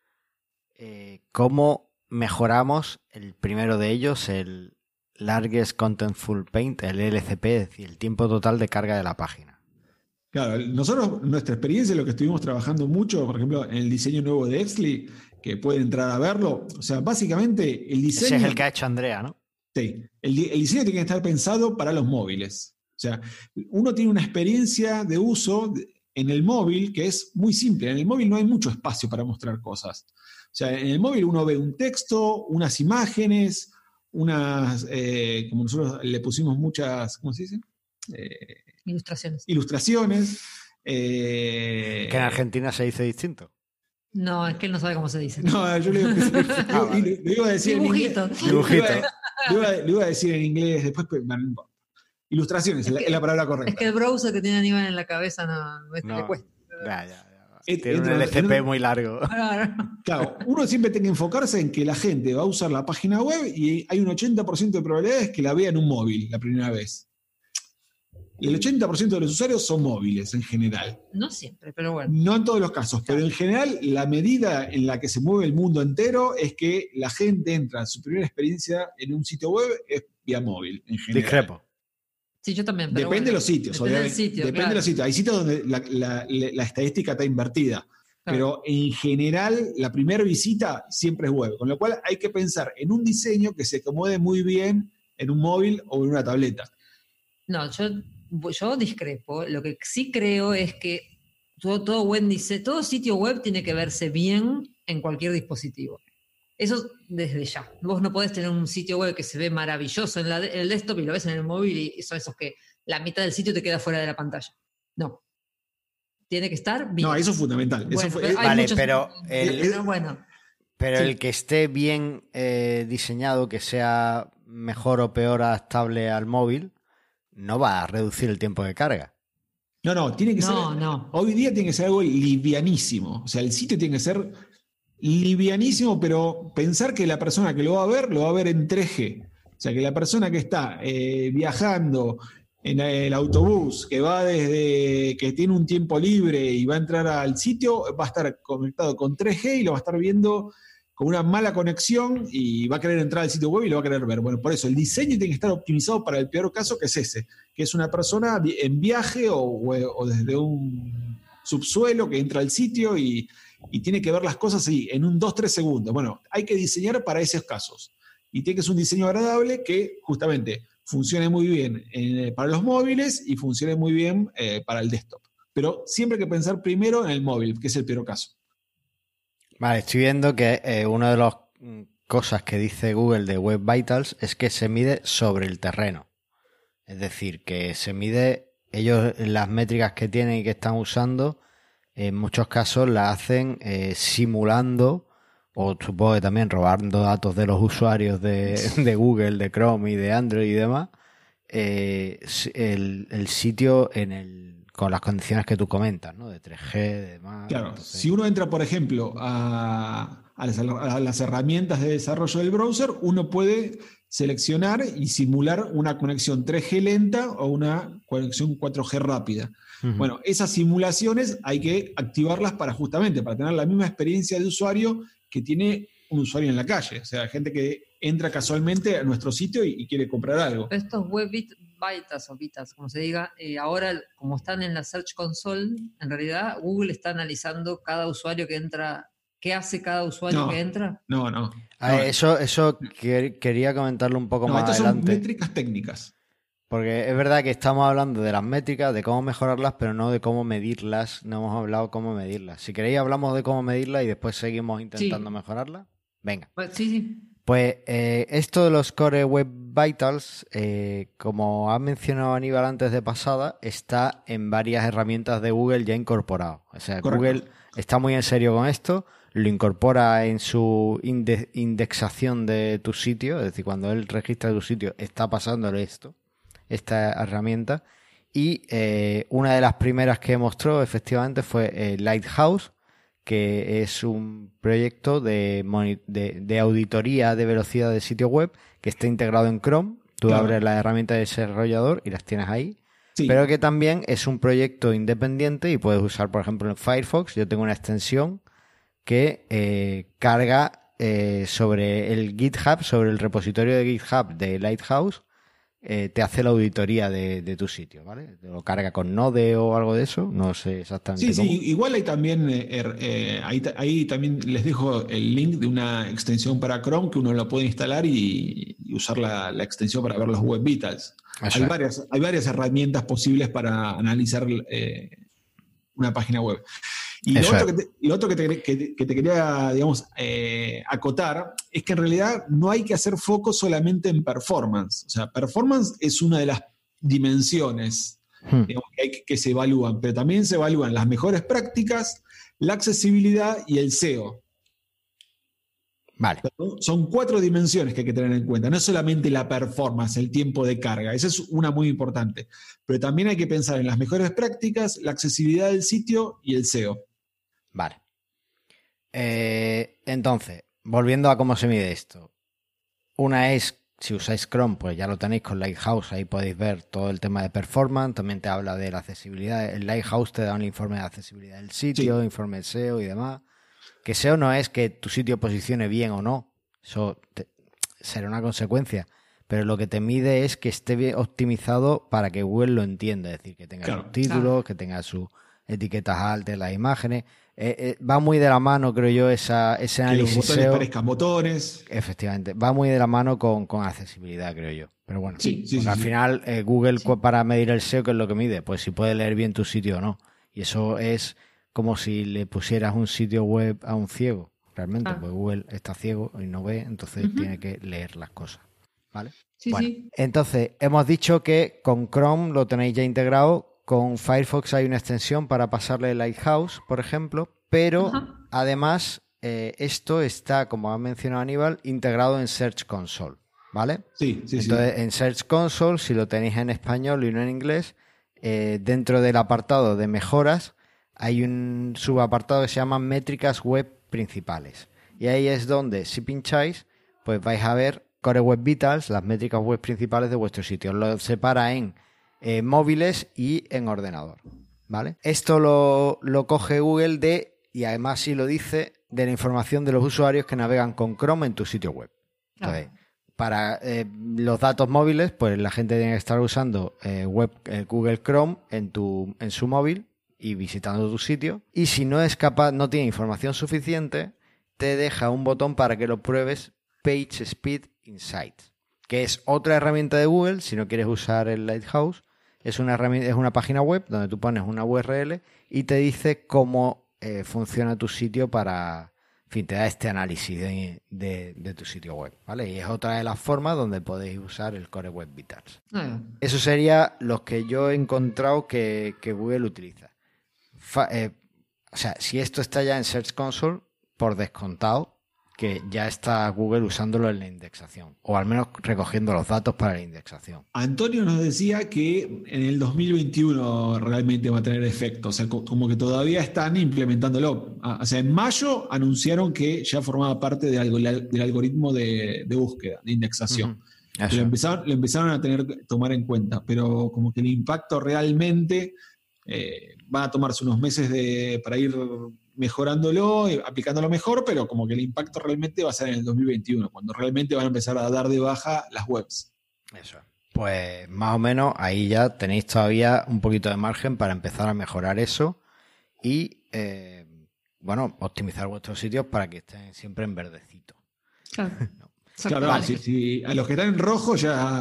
eh, ¿cómo mejoramos el primero de ellos, el Largest Contentful Paint, el L C P, es decir, el tiempo total de carga de la página? Claro, nosotros, nuestra experiencia, lo que estuvimos trabajando mucho, por ejemplo, en el diseño nuevo de Exly, que pueden entrar a verlo, o sea, básicamente el diseño... Ese es el que ha hecho Andrea, ¿no? Sí, el, el diseño tiene que estar pensado para los móviles. O sea, uno tiene una experiencia de uso en el móvil que es muy simple. En el móvil no hay mucho espacio para mostrar cosas. O sea, en el móvil uno ve un texto, unas imágenes, unas, eh, como nosotros le pusimos muchas, ¿cómo se dice? Eh, ilustraciones. Ilustraciones. Eh, que en Argentina se dice distinto. No, es que él no sabe cómo se dice. No, yo le, le, ah, vale. le, le iba a decir Dibujito. en inglés. Dibujito. Le iba, le iba a decir en inglés, después, bueno, ilustraciones, es, que, es la palabra correcta. Es que el browser que tiene Aníbal en la cabeza no, no, no le cuesta. Ya, ya, ya. Tiene un L C P muy largo. Claro, uno siempre tiene que enfocarse en que la gente va a usar la página web y hay un ochenta por ciento de probabilidades que la vea en un móvil la primera vez. el ochenta por ciento de los usuarios son móviles en general. No siempre, pero bueno. No en todos los casos, pero en general la medida en la que se mueve el mundo entero es que la gente entra, su primera experiencia en un sitio web es vía móvil, en general. Discrepo. Sí, yo también. Pero depende bueno, de los sitios, depende obviamente. del sitio, depende claro. de los sitios. Hay sitios donde la, la- la- la estadística está invertida. Claro. Pero en general, la primera visita siempre es web. Con lo cual hay que pensar en un diseño que se acomode muy bien en un móvil o en una tableta. No, yo, yo discrepo. Lo que sí creo es que todo, todo buen dise- todo sitio web tiene que verse bien en cualquier dispositivo. Eso desde ya. Vos no podés tener un sitio web que se ve maravilloso en, la, en el desktop y lo ves en el móvil y son esos que la mitad del sitio te queda fuera de la pantalla. No. Tiene que estar bien. No, eso es fundamental. Eso Bueno, fue- pero hay Vale, muchos- pero el- pero bueno, Pero Sí. el que esté bien eh, diseñado, que sea mejor o peor adaptable al móvil, no va a reducir el tiempo de carga. no, no, tiene que no, ser. no. Hoy día tiene que ser algo livianísimo. O sea, el sitio tiene que ser livianísimo, pero pensar que la persona que lo va a ver, lo va a ver en tres G. O sea, que la persona que está eh, viajando en el autobús, que va desde, que tiene un tiempo libre y va a entrar al sitio, va a estar conectado con tres G y lo va a estar viendo con una mala conexión y va a querer entrar al sitio web y lo va a querer ver. Bueno, por eso el diseño tiene que estar optimizado para el peor caso, que es ese, que es una persona vi- en viaje o, o desde un subsuelo que entra al sitio y, y tiene que ver las cosas ahí en un dos tres segundos. Bueno, hay que diseñar para esos casos. Y tiene que ser un diseño agradable que justamente funcione muy bien eh, para los móviles y funcione muy bien eh, para el desktop. Pero siempre hay que pensar primero en el móvil, que es el peor caso. Vale, estoy viendo que eh, una de las mm, cosas que dice Google de Web Vitals es que se mide sobre el terreno. Es decir, que se mide, ellos las métricas que tienen y que están usando, en muchos casos las hacen eh, simulando, o supongo que también robando datos de los usuarios de, de Google, de Chrome y de Android y demás, eh, el, el sitio en el, con las condiciones que tú comentas, ¿no? De tres G, de demás. Claro, Entonces, si uno entra, por ejemplo, a, a las, a las herramientas de desarrollo del browser, uno puede seleccionar y simular una conexión tres G lenta o una conexión cuatro G rápida. Ujú. Bueno, esas simulaciones hay que activarlas para justamente, para tener la misma experiencia de usuario que tiene un usuario en la calle. O sea, gente que entra casualmente a nuestro sitio y, y quiere comprar algo. Estos web bit- Vitas o Vitas, como se diga, eh, ahora como están en la Search Console, en realidad Google está analizando cada usuario que entra, qué hace cada usuario No. que entra. No, no. A no, ver, eso eso que- quería comentarlo un poco no, más estas son adelante. métricas técnicas. Porque es verdad que estamos hablando de las métricas, de cómo mejorarlas, pero no de cómo medirlas. No hemos hablado cómo medirlas. Si queréis, hablamos de cómo medirlas y después seguimos intentando Sí. mejorarlas. Venga. Pues, sí, sí. Pues eh, esto de los Core Web Vitals, eh, como ha mencionado Aníbal antes de pasada, está en varias herramientas de Google ya incorporado. O sea, Correcto. Google está muy en serio con esto, lo incorpora en su inde- indexación de tu sitio, es decir, cuando él registra tu sitio está pasándole esto, esta herramienta. Y eh, una de las primeras que mostró efectivamente fue eh, Lighthouse, que es un proyecto de, moni- de, de auditoría de velocidad de sitio web que está integrado en Chrome. Tú Claro. abres la herramienta de desarrollador y las tienes ahí. Sí. Pero que también es un proyecto independiente y puedes usar, por ejemplo, en Firefox. Yo tengo una extensión que eh, carga eh, sobre el GitHub, sobre el repositorio de GitHub de Lighthouse, eh, te hace la auditoría de, de tu sitio, ¿vale? Te lo carga con Node o algo de eso, no sé exactamente Sí, cómo. sí, igual hay también, eh, er- eh, ahí, ta- ahí también les dejo el link de una extensión para Chrome que uno lo puede instalar y, y usar la, la extensión para ver los Web Vitals. Eso Hay es. varias, hay varias herramientas posibles para analizar eh, una página web. Y lo Eso otro, es. que te, lo otro que te, que- que te quería, digamos, eh, acotar es que en realidad no hay que hacer foco solamente en performance. O sea, performance es una de las dimensiones Hmm. digamos, que, hay que, que se evalúan, pero también se evalúan las mejores prácticas, la accesibilidad y el S E O. Vale. ¿No? Son cuatro dimensiones que hay que tener en cuenta, no es solamente la performance, el tiempo de carga, esa es una muy importante, pero también hay que pensar en las mejores prácticas, la accesibilidad del sitio y el S E O. Vale. Eh, entonces, volviendo a cómo se mide esto. Una es si usáis Chrome, pues ya lo tenéis con Lighthouse, ahí podéis ver todo el tema de performance, también te habla de la accesibilidad, el Lighthouse te da un informe de accesibilidad del sitio, sí. informe de S E O y demás. Que S E O no es que tu sitio posicione bien o no, eso te, será una consecuencia, pero lo que te mide es que esté bien optimizado para que Google lo entienda, es decir, que tenga claro, sus títulos, claro. que tenga sus etiquetas altas, las imágenes. Eh, eh, va muy de la mano, creo yo, esa, ese análisis. Que los botones S E O, parezcan botones. Efectivamente, va muy de la mano con, con accesibilidad, creo yo. Pero bueno, sí, sí, sí, al sí. final eh, Google sí. para medir el S E O, ¿qué es lo que mide? Pues si puede leer bien tu sitio o no. Y eso es como si le pusieras un sitio web a un ciego. Realmente, ah. pues Google está ciego y no ve, entonces uh-huh. tiene que leer las cosas. ¿Vale? Sí, bueno, sí. Entonces, hemos dicho que con Chrome lo tenéis ya integrado. Con Firefox hay una extensión para pasarle Lighthouse, por ejemplo, pero uh-huh. además eh, esto está, como ha mencionado Aníbal, integrado en Search Console, ¿vale? Sí, sí, Entonces, sí. en Search Console, si lo tenéis en español y no en inglés, eh, dentro del apartado de mejoras hay un subapartado que se llama Métricas Web Principales. Y ahí es donde, si pincháis, pues vais a ver Core Web Vitals, las métricas web principales de vuestro sitio. Lo separa en Eh, móviles y en ordenador, ¿vale? Esto lo, lo coge Google de, y además sí lo dice, de la información de los usuarios que navegan con Chrome en tu sitio web. Entonces, ah. para eh, los datos móviles, pues la gente tiene que estar usando eh, web, eh, Google Chrome en, tu, en su móvil y visitando tu sitio. Y si no es capaz, no tiene información suficiente, te deja un botón para que lo pruebes, Page Speed Insights, que es otra herramienta de Google, si no quieres usar el Lighthouse. Es una, herramienta, es una página web donde tú pones una U R L y te dice cómo eh, funciona tu sitio para, en fin, te da este análisis de, de, de tu sitio web, ¿vale? Y es otra de las formas donde podéis usar el Core Web Vitals. Ah. Eso sería los que yo he encontrado que, que Google utiliza. Fa, eh, o sea, si esto está ya en Search Console, por descontado, que ya está Google usándolo en la indexación, o al menos recogiendo los datos para la indexación. Antonio nos decía que en el dos mil veintiuno realmente va a tener efecto, o sea, como que todavía están implementándolo. O sea, en mayo anunciaron que ya formaba parte de algo, del algoritmo de, de búsqueda, de indexación. Uh-huh. Lo empezaron, lo empezaron a tener que tomar en cuenta, pero como que el impacto realmente eh, va a tomarse unos meses de, para ir mejorándolo, aplicándolo mejor, pero como que el impacto realmente va a ser en el dos mil veintiuno, cuando realmente van a empezar a dar de baja las webs. Eso. Pues más o menos ahí ya tenéis todavía un poquito de margen para empezar a mejorar eso y, eh, bueno, optimizar vuestros sitios para que estén siempre en verdecito. Claro. No. Claro, vale. sí, sí. A los que están en rojo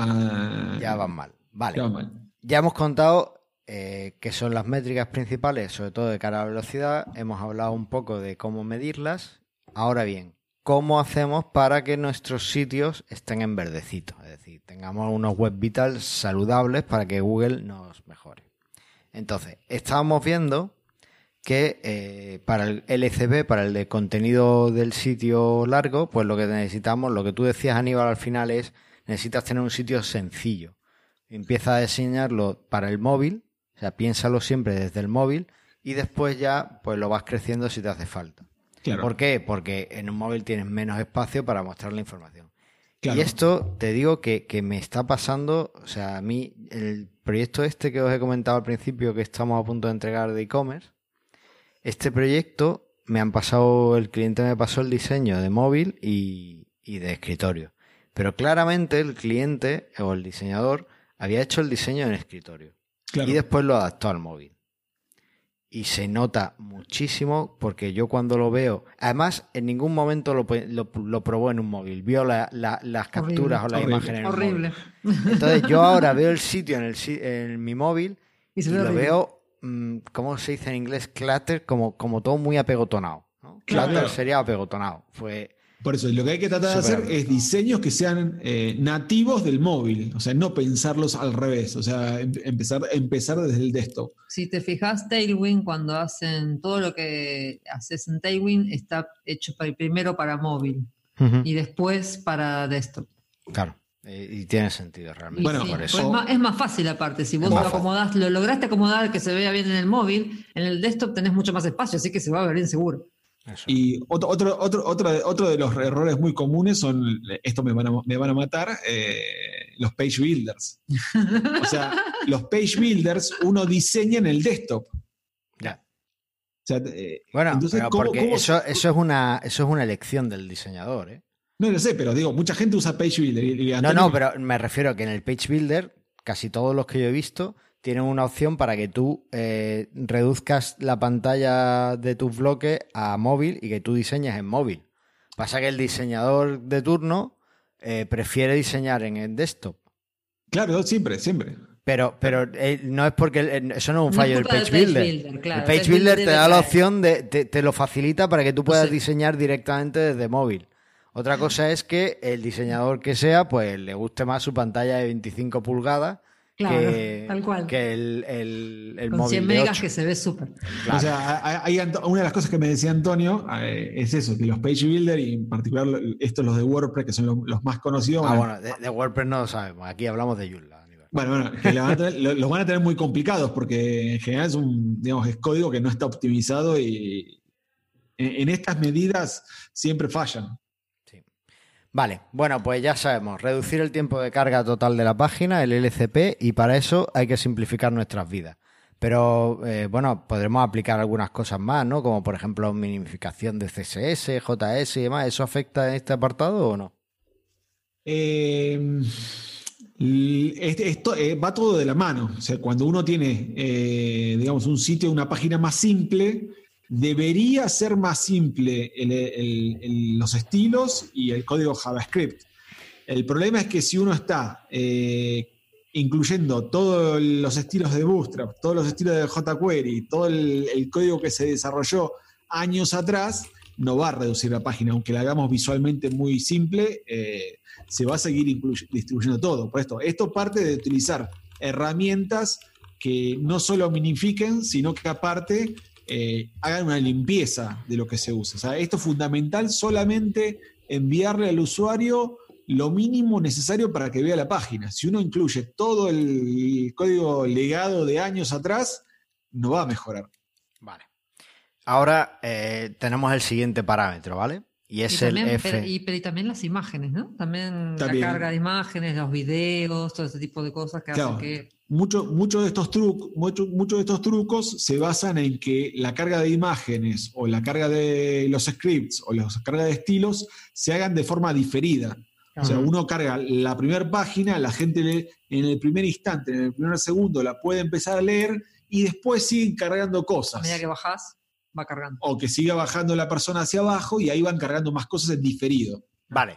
ya... Ya van mal. Vale. Ya van mal. Ya hemos contado Eh, que son las métricas principales, sobre todo de cara a la velocidad. Hemos hablado un poco de cómo medirlas. Ahora bien, ¿cómo hacemos para que nuestros sitios estén en verdecito? Es decir, tengamos unos web vitals saludables para que Google nos mejore. Entonces, estábamos viendo que eh, para el L C B, para el de contenido del sitio largo, pues lo que necesitamos, lo que tú decías, Aníbal, al final es, necesitas tener un sitio sencillo. Empieza a diseñarlo para el móvil. O sea, piénsalo siempre desde el móvil y después ya pues lo vas creciendo si te hace falta. Claro. ¿Por qué? Porque en un móvil tienes menos espacio para mostrar la información. Claro. Y esto te digo que, que me está pasando, o sea, a mí el proyecto este que os he comentado al principio que estamos a punto de entregar de e-commerce, este proyecto me han pasado, el cliente me pasó el diseño de móvil y, y de escritorio. Pero claramente el cliente o el diseñador había hecho el diseño en escritorio. Claro. Y después lo adaptó al móvil. Y se nota muchísimo porque yo cuando lo veo... Además, en ningún momento lo, lo, lo probó en un móvil. Vio la, la, las capturas horrible, o las imágenes en horrible. el móvil. Entonces yo ahora veo el sitio en, el, en mi móvil y, y lo horrible. veo, mmm, ¿cómo se dice en inglés? Clutter, como, como todo muy apegotonado, ¿no? Claro, Clutter claro. sería apegotonado. Fue... Por eso, lo que hay que tratar de hacer Super es diseños que sean eh, nativos del móvil, o sea, no pensarlos al revés, o sea, em- empezar, empezar desde el desktop. Si te fijas, Tailwind, cuando hacen todo lo que haces en Tailwind, está hecho para, primero para móvil uh-huh. y después para desktop. Claro, y tiene sentido realmente. Bueno, sí, por eso. Pues es, más, es más fácil aparte, si vos lo acomodás, lo lograste acomodar que se vea bien en el móvil, en el desktop tenés mucho más espacio, así que se va a ver bien seguro. Eso. Y otro, otro, otro, otro, de, otro de los errores muy comunes son, esto me van a, me van a matar, eh, los page builders. O sea, los page builders uno diseña en el desktop. Ya. O sea, eh, Bueno, entonces, pero ¿cómo, porque cómo eso, se- eso, es una, eso es una elección del diseñador, ¿eh? No lo sé, pero digo, mucha gente usa page builder. Y, y No, Antonio- no, pero me refiero a que en el Page Builder, casi todos los que yo he visto, tienen una opción para que tú eh, reduzcas la pantalla de tus bloques a móvil y que tú diseñes en móvil. Pasa que el diseñador de turno eh, prefiere diseñar en el desktop. Claro, siempre, siempre. Pero, pero eh, no es porque el- eso no es un No es fallo del culpa Page, del Page Builder. Builder, claro. El Page El Page Builder Builder te da la trae. opción de, te, te lo facilita para que tú puedas sé. diseñar directamente desde móvil. Otra cosa es que el diseñador que sea, pues le guste más su pantalla de veinticinco pulgadas Claro, que, tal cual. que el, el, el Con móvil cien de megas ocho. que se ve súper. Claro. O sea, hay, hay- una de las cosas que me decía Antonio eh, es eso, que los page builder, y en particular estos los de WordPress, que son los, los más conocidos, Ah, van a- bueno, de, de WordPress no lo sabemos. Aquí hablamos de Joomla. Bueno, bueno, que lo van a tener- lo- los van a tener muy complicados porque en general es un, digamos, es código que no está optimizado y en, en estas medidas siempre fallan. Sí. Vale, bueno, pues ya sabemos, reducir el tiempo de carga total de la página, el L C P, y para eso hay que simplificar nuestras vidas. Pero, eh, bueno, podremos aplicar algunas cosas más, ¿no? Como, por ejemplo, minimización de C S S, J S y demás. ¿Eso afecta en este apartado o no? Eh, este- esto eh, va todo de la mano. O sea, cuando uno tiene, eh, digamos, un sitio, una página más simple, debería ser más simple el- el- el- los estilos y el código JavaScript. El problema es que si uno está eh, incluyendo todos los estilos de Bootstrap, todos los estilos de jQuery, todo el, el código que se desarrolló años atrás, no va a reducir la página, aunque la hagamos visualmente muy simple, eh, se va a seguir incluy- distribuyendo todo. Por esto, esto parte de utilizar herramientas que no solo minifiquen, sino que aparte eh, hagan una limpieza de lo que se usa. O sea, esto es fundamental, solamente enviarle al usuario lo mínimo necesario para que vea la página. Si uno incluye todo el código legado de años atrás, no va a mejorar. Vale. Ahora eh, tenemos el siguiente parámetro, ¿vale? Y es y el también, F. pero, y, pero y también las imágenes, ¿no? También, También. la carga de imágenes, los videos, todo ese tipo de cosas que Claro. hacen que... Muchos mucho de, estos truc- mucho, mucho de estos trucos se basan en que la carga de imágenes o la carga de los scripts o la carga de estilos se hagan de forma diferida. O sea, Ujú. uno carga la primera página, la gente le- en el primer instante, en el primer segundo, la puede empezar a leer y después siguen cargando A cosas. medida que bajás, va cargando. O que siga bajando la persona hacia abajo y ahí van cargando más cosas en diferido. Vale.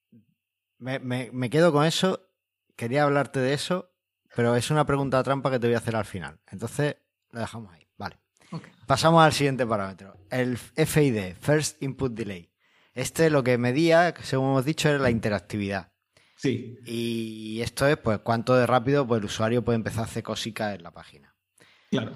Me, me- me quedo con eso. Quería hablarte de eso, pero es una pregunta trampa que te voy a hacer al final. Entonces, lo dejamos ahí. Vale. Ok. Pasamos al siguiente parámetro. El F I D, First Input Delay. Este lo que medía, según hemos dicho, era la interactividad. Sí. Y esto es, pues, cuánto de rápido pues, el usuario puede empezar a hacer cositas en la página. Claro.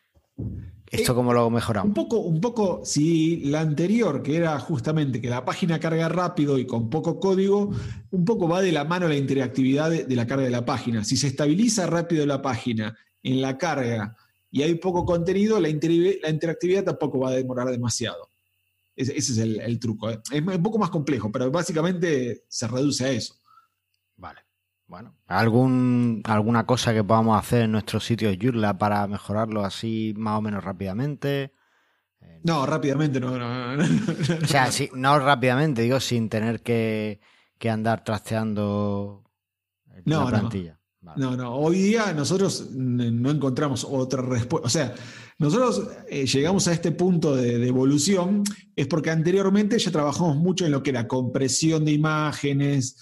¿Esto Eh, cómo lo Un mejoramos? poco, un poco, si la anterior, que era justamente que la página carga rápido y con poco código, un poco va de la mano la interactividad de, de la carga de la página. Si se estabiliza rápido la página en la carga y hay poco contenido, la, interi- la interactividad tampoco va a demorar demasiado. Ese, ese es el, el truco. ¿eh? Es un poco más complejo, pero básicamente se reduce a eso. Vale. Bueno, ¿algún, ¿alguna cosa que podamos hacer en nuestro sitio de Joomla para mejorarlo así más o menos rápidamente? No, rápidamente no. no, no, no. O sea, sí, no rápidamente, digo, sin tener que, que andar trasteando No, la no. plantilla. Vale. No, no. Hoy día nosotros n- no encontramos otra respuesta. O sea, nosotros eh, llegamos a este punto de, de evolución es porque anteriormente ya trabajamos mucho en lo que era compresión de imágenes,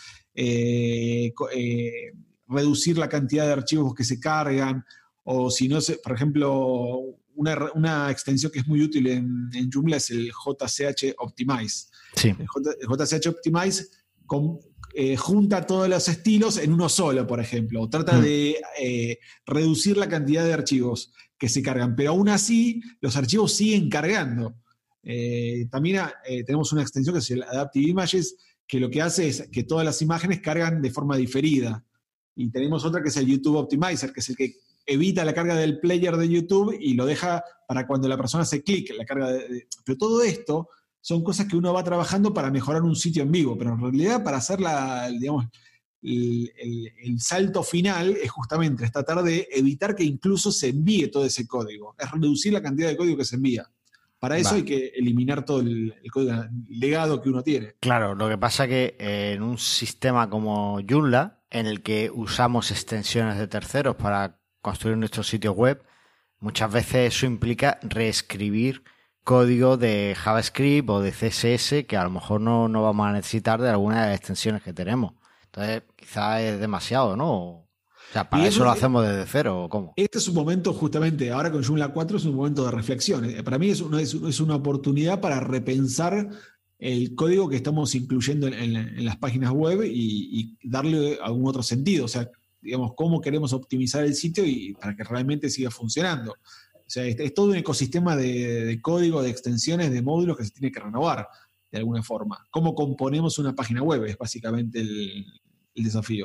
eh, co- eh, reducir la cantidad de archivos que se cargan, o si no, se, por ejemplo, una, re- una extensión que es muy útil en, en Joomla es el J C H Optimize. Sí, El J- el J C H Optimize con- eh, junta todos los estilos en uno solo, por ejemplo, o trata Mm. de eh, reducir la cantidad de archivos que se cargan, pero aún así los archivos siguen cargando. Eh, también eh, tenemos una extensión que es el Adaptive Images, que lo que hace es que todas las imágenes cargan de forma diferida. Y tenemos otra que es el YouTube Optimizer, que es el que evita la carga del player de YouTube y lo deja para cuando la persona hace clic, la carga de, de, pero todo esto son cosas que uno va trabajando para mejorar un sitio en vivo, pero en realidad para hacer la, digamos, el, el, el salto final es justamente tratar de evitar que incluso se envíe todo ese código, es reducir la cantidad de código que se envía. Para eso Va. hay que eliminar todo el, el código el legado que uno tiene. Claro, lo que pasa es que eh, en un sistema como Joomla, en el que usamos extensiones de terceros para construir nuestros sitios web, muchas veces eso implica reescribir código de JavaScript o de C S S que a lo mejor no, no vamos a necesitar de alguna de las extensiones que tenemos. Entonces, quizás es demasiado, ¿no? O sea, ¿para eso, eso lo hacemos desde cero o cómo? Este es un momento, justamente, ahora con Joomla cuatro es un momento de reflexión. Para mí es una, es, es una oportunidad para repensar el código que estamos incluyendo en, en, en las páginas web y, y darle algún otro sentido. O sea, digamos, cómo queremos optimizar el sitio y para que realmente siga funcionando. O sea, es, es todo un ecosistema de, de código, de extensiones, de módulos que se tiene que renovar de alguna forma. ¿Cómo componemos una página web? Es básicamente el, el desafío.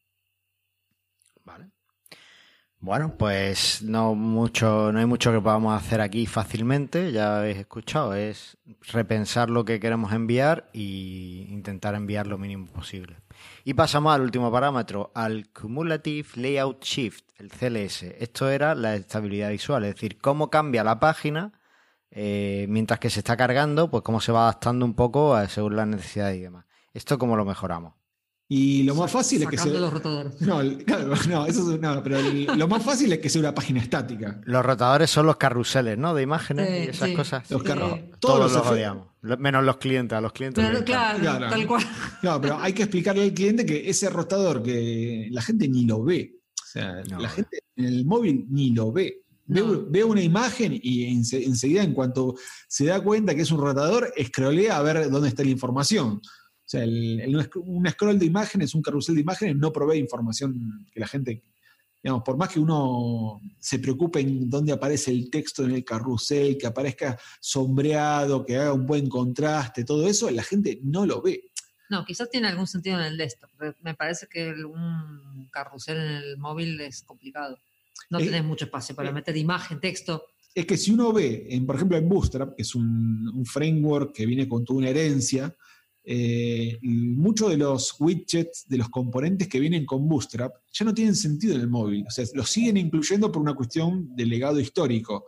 Vale. Bueno, pues no mucho, no hay mucho que podamos hacer aquí fácilmente, ya habéis escuchado, es repensar lo que queremos enviar e intentar enviar lo mínimo posible. Y pasamos al último parámetro, al Cumulative Layout Shift, el C L S. Esto era la estabilidad visual, es decir, cómo cambia la página eh, mientras que se está cargando, pues cómo se va adaptando un poco a, según las necesidades y demás. ¿Esto cómo lo mejoramos? Y lo más fácil es que sea. Los rotadores. No, claro, no, eso es, no, pero el, lo más fácil es que sea una página estática. Los rotadores son los carruseles, ¿no? De imágenes sí, y esas sí. cosas. Los carros. Sí. Todos, Todos los, los odiamos. Menos los clientes, a los clientes. Pero, claro, claro, tal cual. No, pero hay que explicarle al cliente que ese rotador que la gente ni lo ve. O sea, no. la gente en el móvil ni lo ve. Ve, no. ve una imagen y enseguida, en cuanto se da cuenta que es un rotador, escrolea a ver dónde está la información. O sea, el, el, un scroll de imágenes, un carrusel de imágenes no provee información que la gente, digamos, por más que uno se preocupe en dónde aparece el texto en el carrusel, que aparezca sombreado, que haga un buen contraste, todo eso, la gente no lo ve. No, quizás tiene algún sentido en el desktop. Me parece que un carrusel en el móvil es complicado. No eh, tenés mucho espacio para eh, meter imagen, texto. Es que si uno ve, en, por ejemplo, en Bootstrap, que es un, un framework que viene con toda una herencia, Eh, muchos de los widgets, de los componentes que vienen con Bootstrap, ya no tienen sentido en el móvil. O sea, los siguen incluyendo por una cuestión de legado histórico,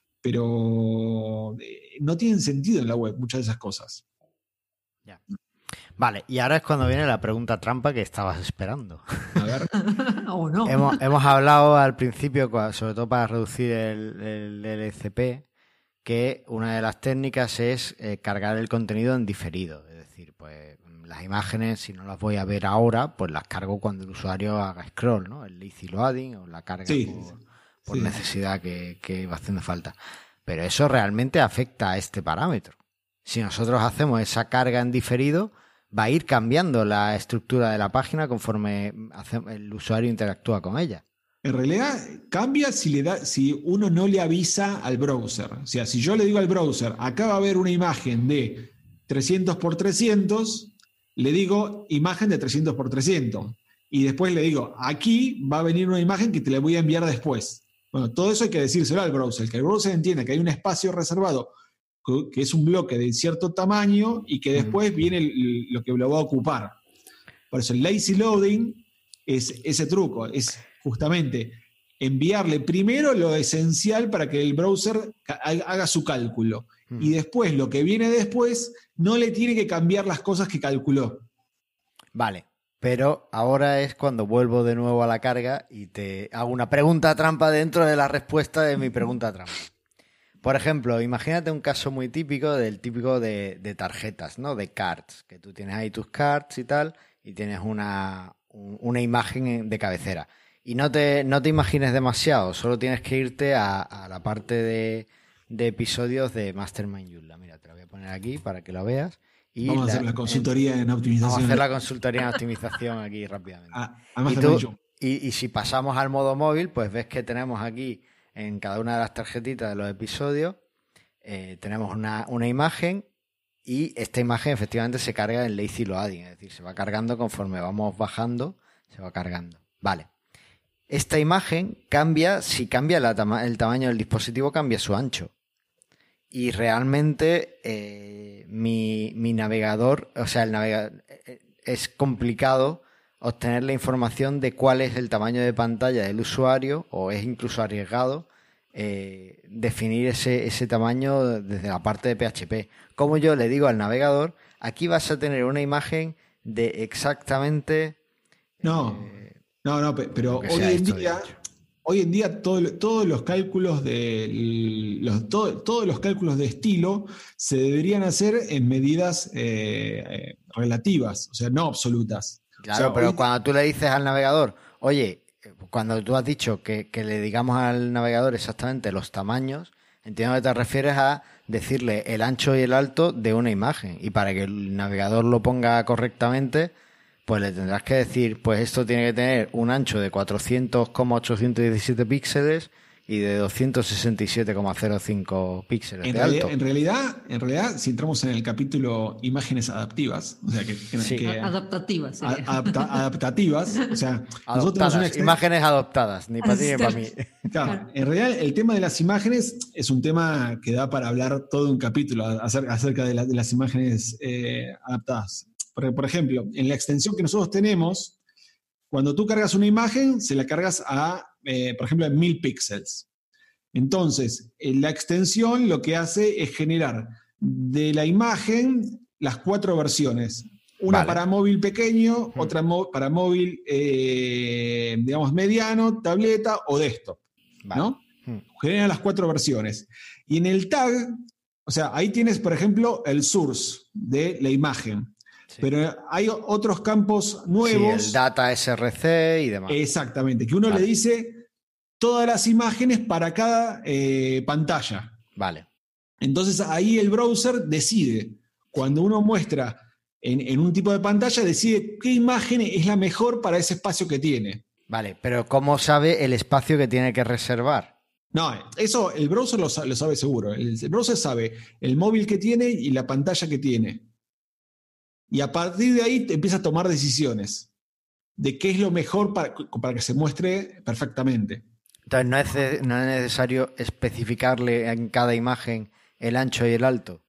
pero no tienen sentido en la web muchas de esas cosas. Ya. Vale, y ahora es cuando viene la pregunta trampa que estabas esperando. A ver. ¿O no? hemos, hemos hablado al principio, sobre todo para reducir el, el L C P, que una de las técnicas es eh, cargar el contenido en diferido. Es decir, pues las imágenes, si no las voy a ver ahora, pues las cargo cuando el usuario haga scroll, ¿no? El lazy loading o la carga sí, por, por sí. necesidad que, que va haciendo falta. Pero eso realmente afecta a este parámetro. Si nosotros hacemos esa carga en diferido, va a ir cambiando la estructura de la página conforme el usuario interactúa con ella. En realidad cambia si, le da, si uno no le avisa al browser. O sea, si yo le digo al browser, acá va a haber una imagen de trescientos por trescientos, le digo imagen de trescientos por trescientos. Y después le digo, aquí va a venir una imagen que te la voy a enviar después. Bueno, todo eso hay que decírselo al browser. Que el browser entienda que hay un espacio reservado, que es un bloque de cierto tamaño y que después viene el, lo que lo va a ocupar. Por eso el lazy loading es ese truco, es justamente enviarle primero lo esencial para que el browser haga su cálculo. Mm. Y después, lo que viene después, no le tiene que cambiar las cosas que calculó. Vale, pero ahora es cuando vuelvo de nuevo a la carga y te hago una pregunta trampa dentro de la respuesta de mi pregunta trampa. Por ejemplo, imagínate un caso muy típico del típico de, de tarjetas, ¿no? De cards, que tú tienes ahí tus cards y tal, y tienes una, un, una imagen de cabecera. Y no te, no te imagines demasiado, solo tienes que irte a, a la parte de, de episodios de Mastermind Joomla. Mira, te la voy a poner aquí para que la veas. Y vamos la, a hacer la consultoría en, en optimización. Vamos a hacer la consultoría en optimización aquí rápidamente. A, a y, tú, y, y si pasamos al modo móvil, pues ves que tenemos aquí en cada una de las tarjetitas de los episodios, eh, tenemos una, una imagen y esta imagen efectivamente se carga en lazy loading, es decir, se va cargando conforme vamos bajando, se va cargando. Vale. esta imagen cambia, si cambia la tama- el tamaño del dispositivo, cambia su ancho. Y realmente eh, mi, mi navegador, o sea, el navegador, es complicado obtener la información de cuál es el tamaño de pantalla del usuario, o es incluso arriesgado eh, definir ese, ese tamaño desde la parte de P H P. Como yo le digo al navegador, aquí vas a tener una imagen de exactamente... No, eh, no, no, pe- pero lo que hoy sea en esto de día, ancho. hoy en día todo lo- todos los cálculos de los, todo- todos los cálculos de estilo se deberían hacer en medidas eh, eh, relativas, o sea, no absolutas. O Claro, sea, pero hoy- cuando tú le dices al navegador, oye, cuando tú has dicho que, que le digamos al navegador exactamente los tamaños, entiendo que te refieres a decirle el ancho y el alto de una imagen. Y para que el navegador lo ponga correctamente, pues le tendrás que decir, pues esto tiene que tener un ancho de cuatrocientos coma ochocientos diecisiete píxeles y de doscientos sesenta y siete coma cero cinco píxeles En de realidad, alto. en realidad, en realidad, si entramos en el capítulo imágenes adaptivas, o sea, que, que- Sí. que- Adaptativa sería. a- adapta- adaptativas, o sea, nosotros tenemos una Adoptadas, exten- imágenes adoptadas, ni para ti ni para mí. Claro, en realidad el tema de las imágenes es un tema que da para hablar todo un capítulo acerca, acerca de, la- de las imágenes eh, adaptadas. Por, por ejemplo, en la extensión que nosotros tenemos, cuando tú cargas una imagen, se la cargas a, eh, por ejemplo, a mil píxeles. Entonces, en la extensión lo que hace es generar de la imagen las cuatro versiones. Una Vale. para móvil pequeño, Hmm. otra mo- para móvil, eh, digamos, mediano, tableta o desktop, Vale. ¿no? Hmm. Genera las cuatro versiones. Y en el tag, o sea, ahí tienes, por ejemplo, el source de la imagen. Sí. Pero hay otros campos Sí, nuevos. el data S R C y demás. Exactamente, que uno Vale. le dice todas las imágenes para cada eh, pantalla. Vale. Entonces ahí el browser decide, cuando uno muestra en, en un tipo de pantalla, decide qué imagen es la mejor para ese espacio que tiene. Vale, pero ¿cómo sabe el espacio que tiene que reservar? No, eso el browser lo, sa- lo sabe seguro. El, el browser sabe el móvil que tiene y la pantalla que tiene. Y a partir de ahí te empieza a tomar decisiones de qué es lo mejor para, para que se muestre perfectamente. Entonces, ¿no es, ce- no es necesario especificarle en cada imagen el ancho y el alto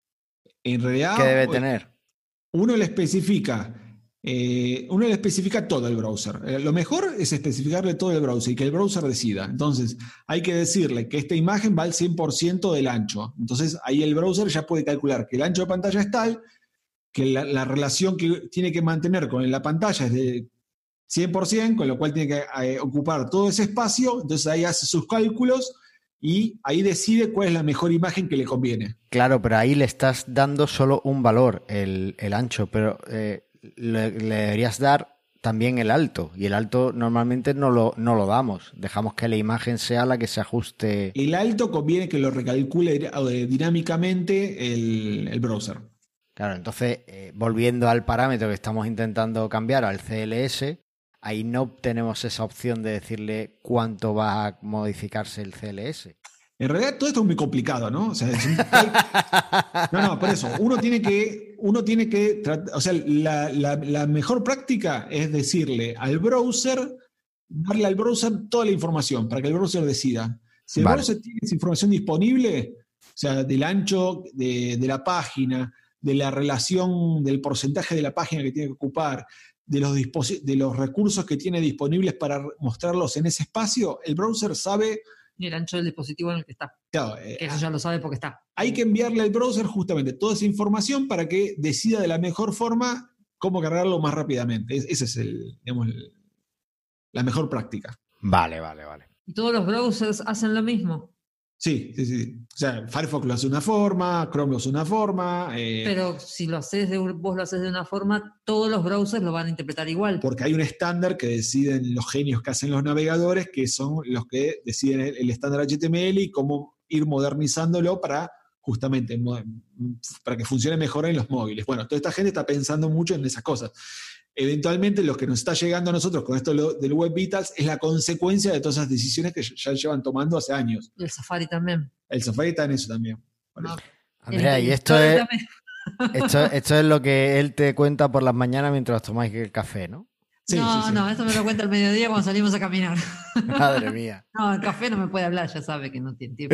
En realidad, que debe hoy- tener? uno le especifica, eh, uno le especifica todo el browser. Eh, lo mejor es especificarle todo el browser y que el browser decida. Entonces, hay que decirle que esta imagen va al cien por ciento del ancho. Entonces, ahí el browser ya puede calcular que el ancho de pantalla es tal, que la, la relación que tiene que mantener con la pantalla es de cien por ciento, con lo cual tiene que eh, ocupar todo ese espacio. Entonces, ahí hace sus cálculos y ahí decide cuál es la mejor imagen que le conviene. Claro, pero ahí le estás dando solo un valor, el, el ancho, pero eh, le, le deberías dar también el alto. Y el alto normalmente no lo, no lo damos. Dejamos que la imagen sea la que se ajuste. El alto conviene que lo recalcule eh, dinámicamente el, el browser. Claro, entonces, eh, volviendo al parámetro que estamos intentando cambiar, al C L S, ahí no tenemos esa opción de decirle cuánto va a modificarse el C L S. En realidad todo esto es muy complicado, ¿no? O sea, es un... No, no, por eso, uno tiene que, uno tiene que, trat- o sea, la, la- la mejor práctica es decirle al browser, darle al browser toda la información para que el browser decida. Si el Vale. browser tiene esa información disponible, o sea, del ancho de, de la página, de la relación, del porcentaje de la página que tiene que ocupar, de los, disposi- de los recursos que tiene disponibles para mostrarlos en ese espacio, el browser sabe, Y el ancho del dispositivo en el que está. claro, eh, Que eso ya lo sabe porque está. hay que enviarle al browser justamente toda esa información para que decida de la mejor forma cómo cargarlo más rápidamente. Es- esa es el, digamos, el- la mejor práctica. Vale, vale, vale. Y todos los browsers hacen lo mismo. Sí, sí, sí. O sea, Firefox lo hace de una forma, Chrome lo hace de una forma, eh, Pero si lo haces de, un- vos lo haces de una forma, todos los browsers lo van a interpretar igual. porque hay un estándar que deciden los genios que hacen los navegadores, que son los que deciden el, el estándar H T M L y cómo ir modernizándolo para justamente mo- para que funcione mejor en los móviles. Bueno, toda esta gente está pensando mucho en esas cosas. Eventualmente, lo que nos está llegando a nosotros con esto lo- del Web Vitals es la consecuencia de todas esas decisiones que ya llevan tomando hace años. Y el Safari también. El Safari está en eso también. Por No. eso. Andrea, El- y el esto Safari es, también. esto, esto es lo que él te cuenta por las mañanas mientras tomáis el café, ¿no? Sí, no, sí, sí. no, eso me lo cuenta al mediodía cuando salimos a caminar. Madre mía. No, el café no me puede hablar, ya sabe que no tiene tiempo.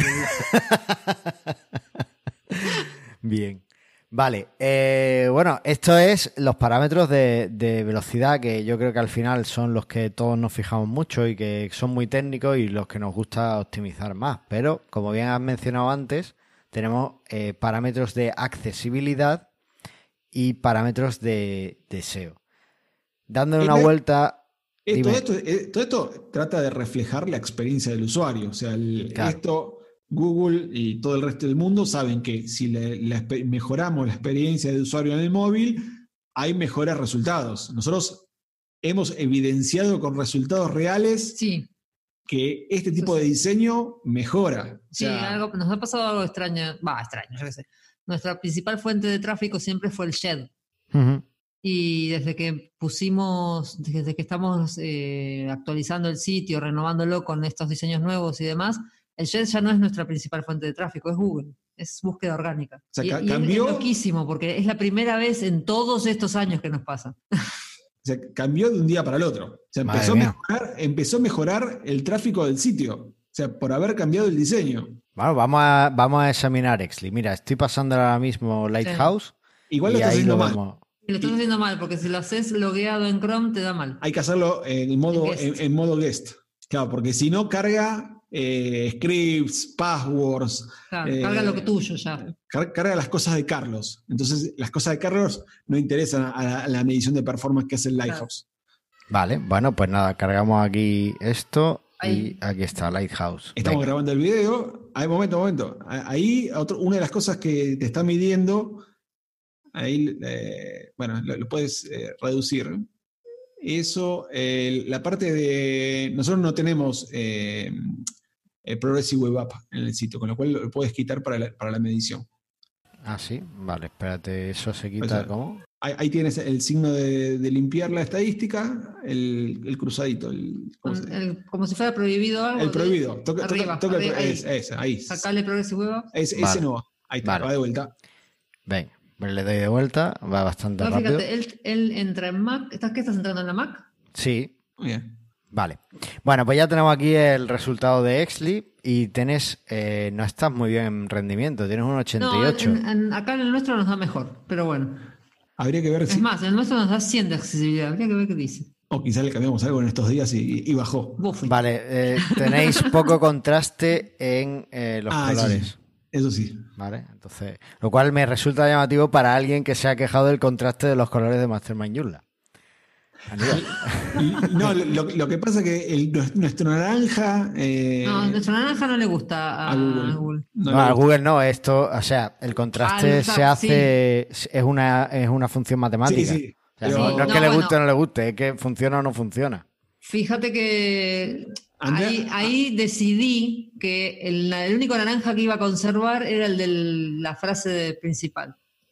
Bien. Vale, eh, bueno, esto es los parámetros de, de velocidad que yo creo que al final son los que todos nos fijamos mucho y que son muy técnicos y los que nos gusta optimizar más. Pero, como bien has mencionado antes, tenemos eh, parámetros de accesibilidad y parámetros de, de S E O. Dándole una Eh, vuelta... Eh, todo, Dime. esto, eh, todo esto trata de reflejar la experiencia del usuario. O sea, el- Claro. esto, Google y todo el resto del mundo saben que si le- la expe- mejoramos la experiencia del usuario en el móvil, hay mejores resultados. Nosotros hemos evidenciado con resultados reales Sí, que este Eso tipo de sí. diseño mejora. O sí, sea, algo, nos ha pasado algo extraño. Va, extraño, yo qué sé. Nuestra principal fuente de tráfico siempre fue el Shed. Ujú. Y desde que pusimos, desde que estamos eh, actualizando el sitio, renovándolo con estos diseños nuevos y demás, el Shed ya no es nuestra principal fuente de tráfico, es Google, es búsqueda orgánica. sea, y ca- y es- cambió- es loquísimo, porque es la primera vez en todos estos años que nos pasa. o sea, cambió de un día para el otro. O sea, Madre empezó a, mía. mejorar, empezó a mejorar el tráfico del sitio. O sea, por haber cambiado el diseño. Bueno, vamos a, vamos a examinar Exli. Mira, estoy pasando ahora mismo Lighthouse Igual y lo estás ahí haciendo lo mal. vemos. Y lo estás haciendo mal, porque si lo haces logueado en Chrome te da mal. Hay que hacerlo en modo, En en, guest. en modo guest. Claro, porque si no carga eh, scripts, passwords. Claro, eh, carga lo que tuyo ya. car- carga las cosas de Carlos. Entonces, las cosas de Carlos no interesan a la, a la medición de performance que hace el Lighthouse. Vale, bueno, pues nada, cargamos aquí esto Ahí. y aquí está Lighthouse. Estamos Venga. grabando el video. Ahí, momento, momento. Ahí, otro- una de las cosas que te está midiendo, ahí, eh, bueno, lo, lo puedes eh, reducir. Eso, eh, la parte de. Nosotros no tenemos eh, eh, Progressive Web App en el sitio, con lo cual lo puedes quitar para la, para la medición. Ah, sí, vale, espérate, eso se O quita, sea, ¿cómo? Ahí, ahí tienes el signo de, de limpiar la estadística, el, el cruzadito, el, ¿cómo se Con dice? el- como si fuera prohibido algo. El de- prohibido. Toca, toca- arriba, toca el arriba, pro- ahí. es- es- ahí. Sacarle Progressive Web App. Es- Vale. Ese no va. Ahí está, Vale. va de vuelta. Venga, pues le doy de vuelta, va bastante No, rápido. fíjate, él, él entra en Mac. ¿Estás, ¿Qué estás entrando en la Mac? Sí, Muy bien. vale. Bueno, pues ya tenemos aquí el resultado de Exli y tenés, eh, no estás muy bien en rendimiento, tienes un ochenta y ocho. No, en- en- acá en el nuestro nos da mejor, pero bueno. Habría que ver Es si. más, en el nuestro nos da cien de accesibilidad. Habría que ver qué dice. O quizás le cambiamos algo en estos días y, y bajó. Vos fuiste. Vale, eh, tenéis poco contraste en eh, los Ah, eso colores. sí. Eso sí. Vale, entonces, lo cual me resulta llamativo para alguien que se ha quejado del contraste de los colores de Mastermind Joomla. Aníbal. Y- No, lo, lo que pasa es que el- nuestro naranja. eh, No, nuestro naranja no le gusta a, a Google. a Google. no No, le a gusta. Google no, esto, o sea, el contraste Al se Tab, hace, es una, es una función matemática. Sí, sí. O sea, Pero- no, no es No, que le bueno. guste o no le guste, es que funciona o no funciona. Fíjate que Andrea- ahí, ahí decidí que el, el único naranja que iba a conservar era el de la frase principal.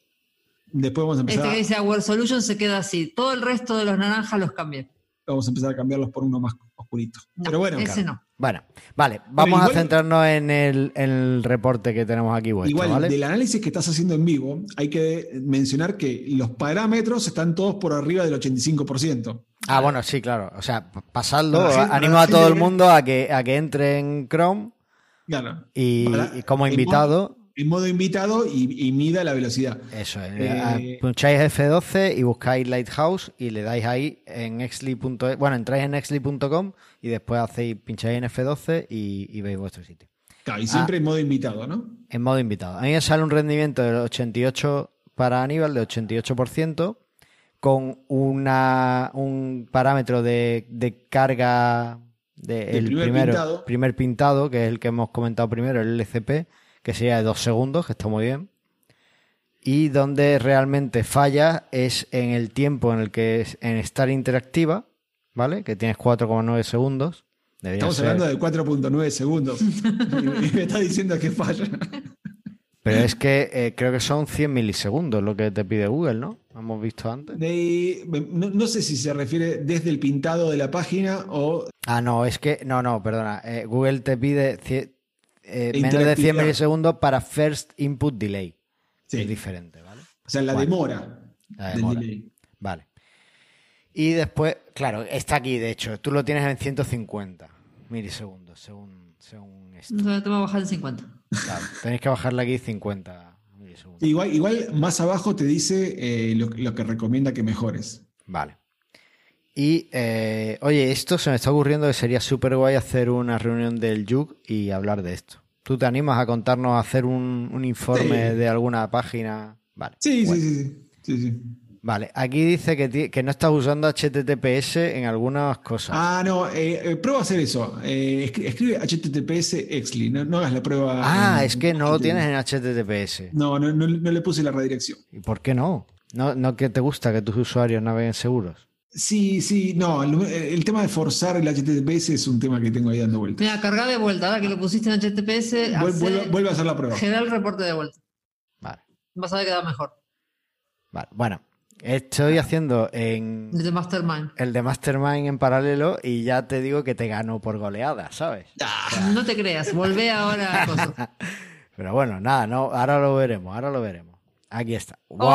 Después vamos a empezar, Este que dice Our Solution se queda así. Todo el resto de los naranjas los cambié. vamos a, empezar a cambiarlos por uno más oscurito. No, Pero bueno, ese claro. no. Bueno, vale, vamos igual- a centrarnos en el, en el reporte que tenemos aquí vuestro, Igual, ¿vale? del análisis que estás haciendo en vivo, hay que mencionar que los parámetros están todos por arriba del ochenta y cinco por ciento. Ah, bueno, sí, claro. O sea, pasadlo. Para la gente- Animo para la a todo gente el que- mundo a que, a que entre en Chrome Claro. y, Para- y como en invitado. En modo invitado y, y mida la velocidad. Eso es. Eh, Puncháis F doce y buscáis Lighthouse y le dais ahí en exli punto es. Bueno, entráis en exli punto com y después hacéis, pincháis en F doce y, y veis vuestro sitio. Claro, y siempre Ah. en modo invitado, ¿no? En modo invitado. A mí me sale un rendimiento del ochenta y ocho para Aníbal, de ochenta y ocho por ciento, con una, un parámetro de, de carga de Del el primer primero, pintado. primer pintado, que es el que hemos comentado primero, el L C P, que sería de dos segundos, que está muy bien. Y donde realmente falla es en el tiempo en el que es en estar interactiva, ¿vale? Que tienes cuatro coma nueve segundos. Debería Estamos ser- hablando de cuatro punto nueve segundos. y me está diciendo que falla. Pero es que eh, creo que son cien milisegundos lo que te pide Google, ¿no? Hemos visto antes. De- no, no sé si se refiere desde el pintado de la página o Ah, no, es que... No, no, perdona. Eh, Google te pide cie- eh, menos de cien Interactividad. milisegundos para First Input Delay. Sí. Es diferente, ¿vale? O sea, la Bueno, demora la del demora. delay. Vale. Y después, claro, está aquí, de hecho. Tú lo tienes en ciento cincuenta milisegundos, según, según esto. No, te voy a bajar en cincuenta. Claro, tenéis que bajarle aquí cincuenta milisegundos. Igual, igual más abajo te dice eh, lo, lo que recomienda que mejores. Vale. Y, eh, oye, esto se me está ocurriendo que sería súper guay hacer una reunión del Y U C y hablar de esto. ¿Tú te animas a contarnos, a hacer un, un informe Sí. de alguna página? Vale. Sí, bueno. sí, sí, sí, sí. Vale, aquí dice que, ti- que no estás usando H T T P S en algunas cosas. Ah, no, eh, eh, prueba a hacer eso. Eh, escri- escribe H T T P S Exli, no, no hagas la prueba. Ah, en- es que en no lo H T T P. tienes en H T T P S. No, no, no, no le puse la redirección. ¿Y por qué no? ¿No, no que te gusta que tus usuarios naveguen seguros? Sí, sí, no, el, el tema de forzar el H T T P S es un tema que tengo ahí dando vueltas. Mira, carga de vuelta. Ahora que lo pusiste en H T T P S, Vuel- hace- vuelve, vuelve a hacer la prueba. genera el reporte de vuelta. Vale, Vas a ver que da mejor. vale. Bueno, estoy haciendo en El de Mastermind. el de Mastermind en paralelo y ya te digo que te gano por goleada, ¿sabes? No te creas, volvé ahora a cosas. Pero bueno, nada, no, ahora lo veremos, ahora lo veremos. Aquí está. ¡Wow!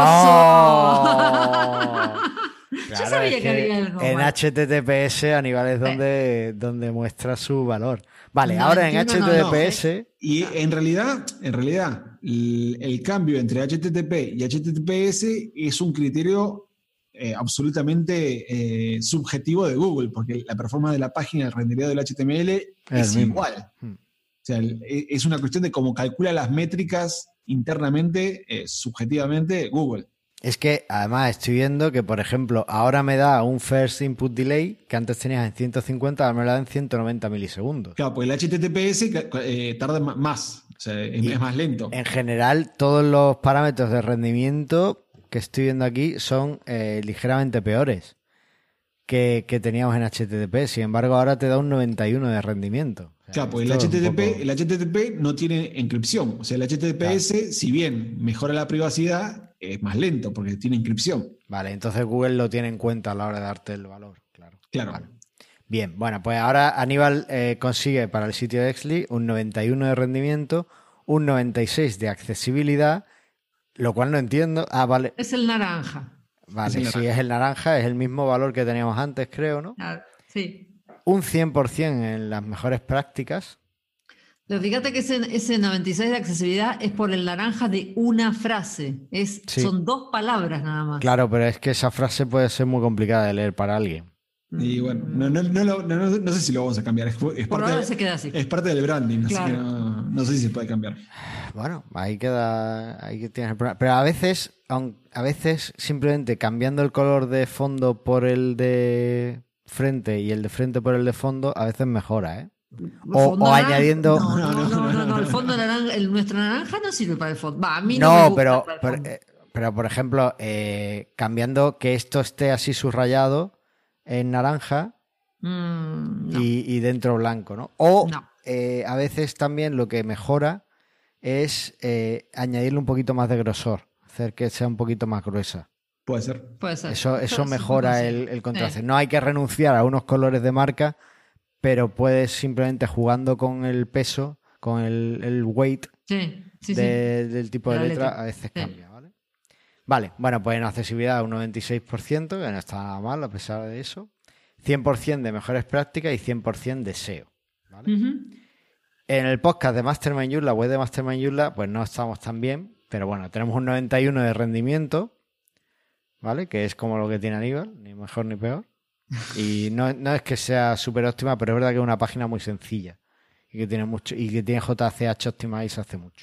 Yo sabía es que había algo en mal. H T T P S Aníbal es donde, donde muestra su valor. Vale, No, ahora en entiendo, no, H T T P no, S, Y en realidad, en realidad, el, el cambio entre H T T P y H T T P S es un criterio eh, absolutamente eh, subjetivo de Google, porque la performance de la página, el renderizado del H T M L Es es el mismo. igual. Hmm. O sea, el- e- es una cuestión de cómo calcula las métricas internamente, eh, subjetivamente, Google. es que además estoy viendo que, por ejemplo, ahora me da un first input delay que antes tenías en ciento cincuenta, ahora me lo da en ciento noventa milisegundos. Claro, pues el H T T P S ca- eh, tarda ma- más, o sea, es, Y- es más lento. En general, todos los parámetros de rendimiento que estoy viendo aquí son eh, ligeramente peores que, que teníamos en H T T P. Sin embargo, ahora te da un noventa y uno de rendimiento. O sea, Claro, pues el esto es un H T T P, poco- el H T T P no tiene encripción. O sea, el H T T P S, si bien mejora la privacidad, es más lento porque tiene encripción. Vale, entonces Google lo tiene en cuenta a la hora de darte el valor. Claro. Claro. Vale. Bien, bueno, pues ahora Aníbal eh, consigue para el sitio de Exli un noventa y uno de rendimiento, un noventa y seis de accesibilidad, lo cual no entiendo. Ah, vale, Es el naranja. vale, Es el si naranja. es el naranja, es el mismo valor que teníamos antes, creo, ¿no? Ah, sí. Un cien por ciento en las mejores prácticas. Pero fíjate que ese, ese noventa y seis de accesibilidad es por el naranja de una frase. Es, Sí. Son dos palabras nada más. Claro, pero es que esa frase puede ser muy complicada de leer para alguien. Y bueno, no, no, no, lo- no- no- no sé si lo vamos a cambiar. Es, es Por parte, ahora se queda así. es parte del branding, así Claro. que no, no sé si se puede cambiar. Bueno, ahí queda, ahí que tienes el problema. Pero a veces, aun- a veces simplemente cambiando el color de fondo por el de frente y el de frente por el de fondo, a veces mejora, ¿eh? O, Fondo o naranja- añadiendo... No, no, no, no, no, el fondo naranja, el, nuestro naranja no sirve para el fondo. Va, a mí no, No, me gusta pero, para el pero, fondo. eh, pero, por ejemplo, eh, cambiando que esto esté así subrayado en naranja Mm, no. y, y dentro blanco, ¿no? O No. eh, a veces también lo que mejora es eh, añadirle un poquito más de grosor, hacer que sea un poquito más gruesa. Puede ser. Puede ser. Eso, eso Pero sí, mejora sí. el, el contraste. Sí. No hay que renunciar a unos colores de marca, pero puedes simplemente jugando con el peso, con el, el weight Sí, sí, sí. de- del tipo de De la letra, letra. a veces Sí. cambia, ¿vale? Vale, bueno, pues en accesibilidad un noventa y seis por ciento, que no está nada mal a pesar de eso. cien por ciento de mejores prácticas y cien por ciento de S E O. ¿Vale? Ujú. En el podcast de Mastermind Joomla, la web de Mastermind Joomla, pues no estamos tan bien, pero bueno, tenemos un noventa y uno de rendimiento, ¿vale? Que es como lo que tiene Aníbal, ni mejor ni peor. Y no, no es que sea súper óptima, pero es verdad que es una página muy sencilla y que tiene mucho y que tiene J C H Optimize hace mucho.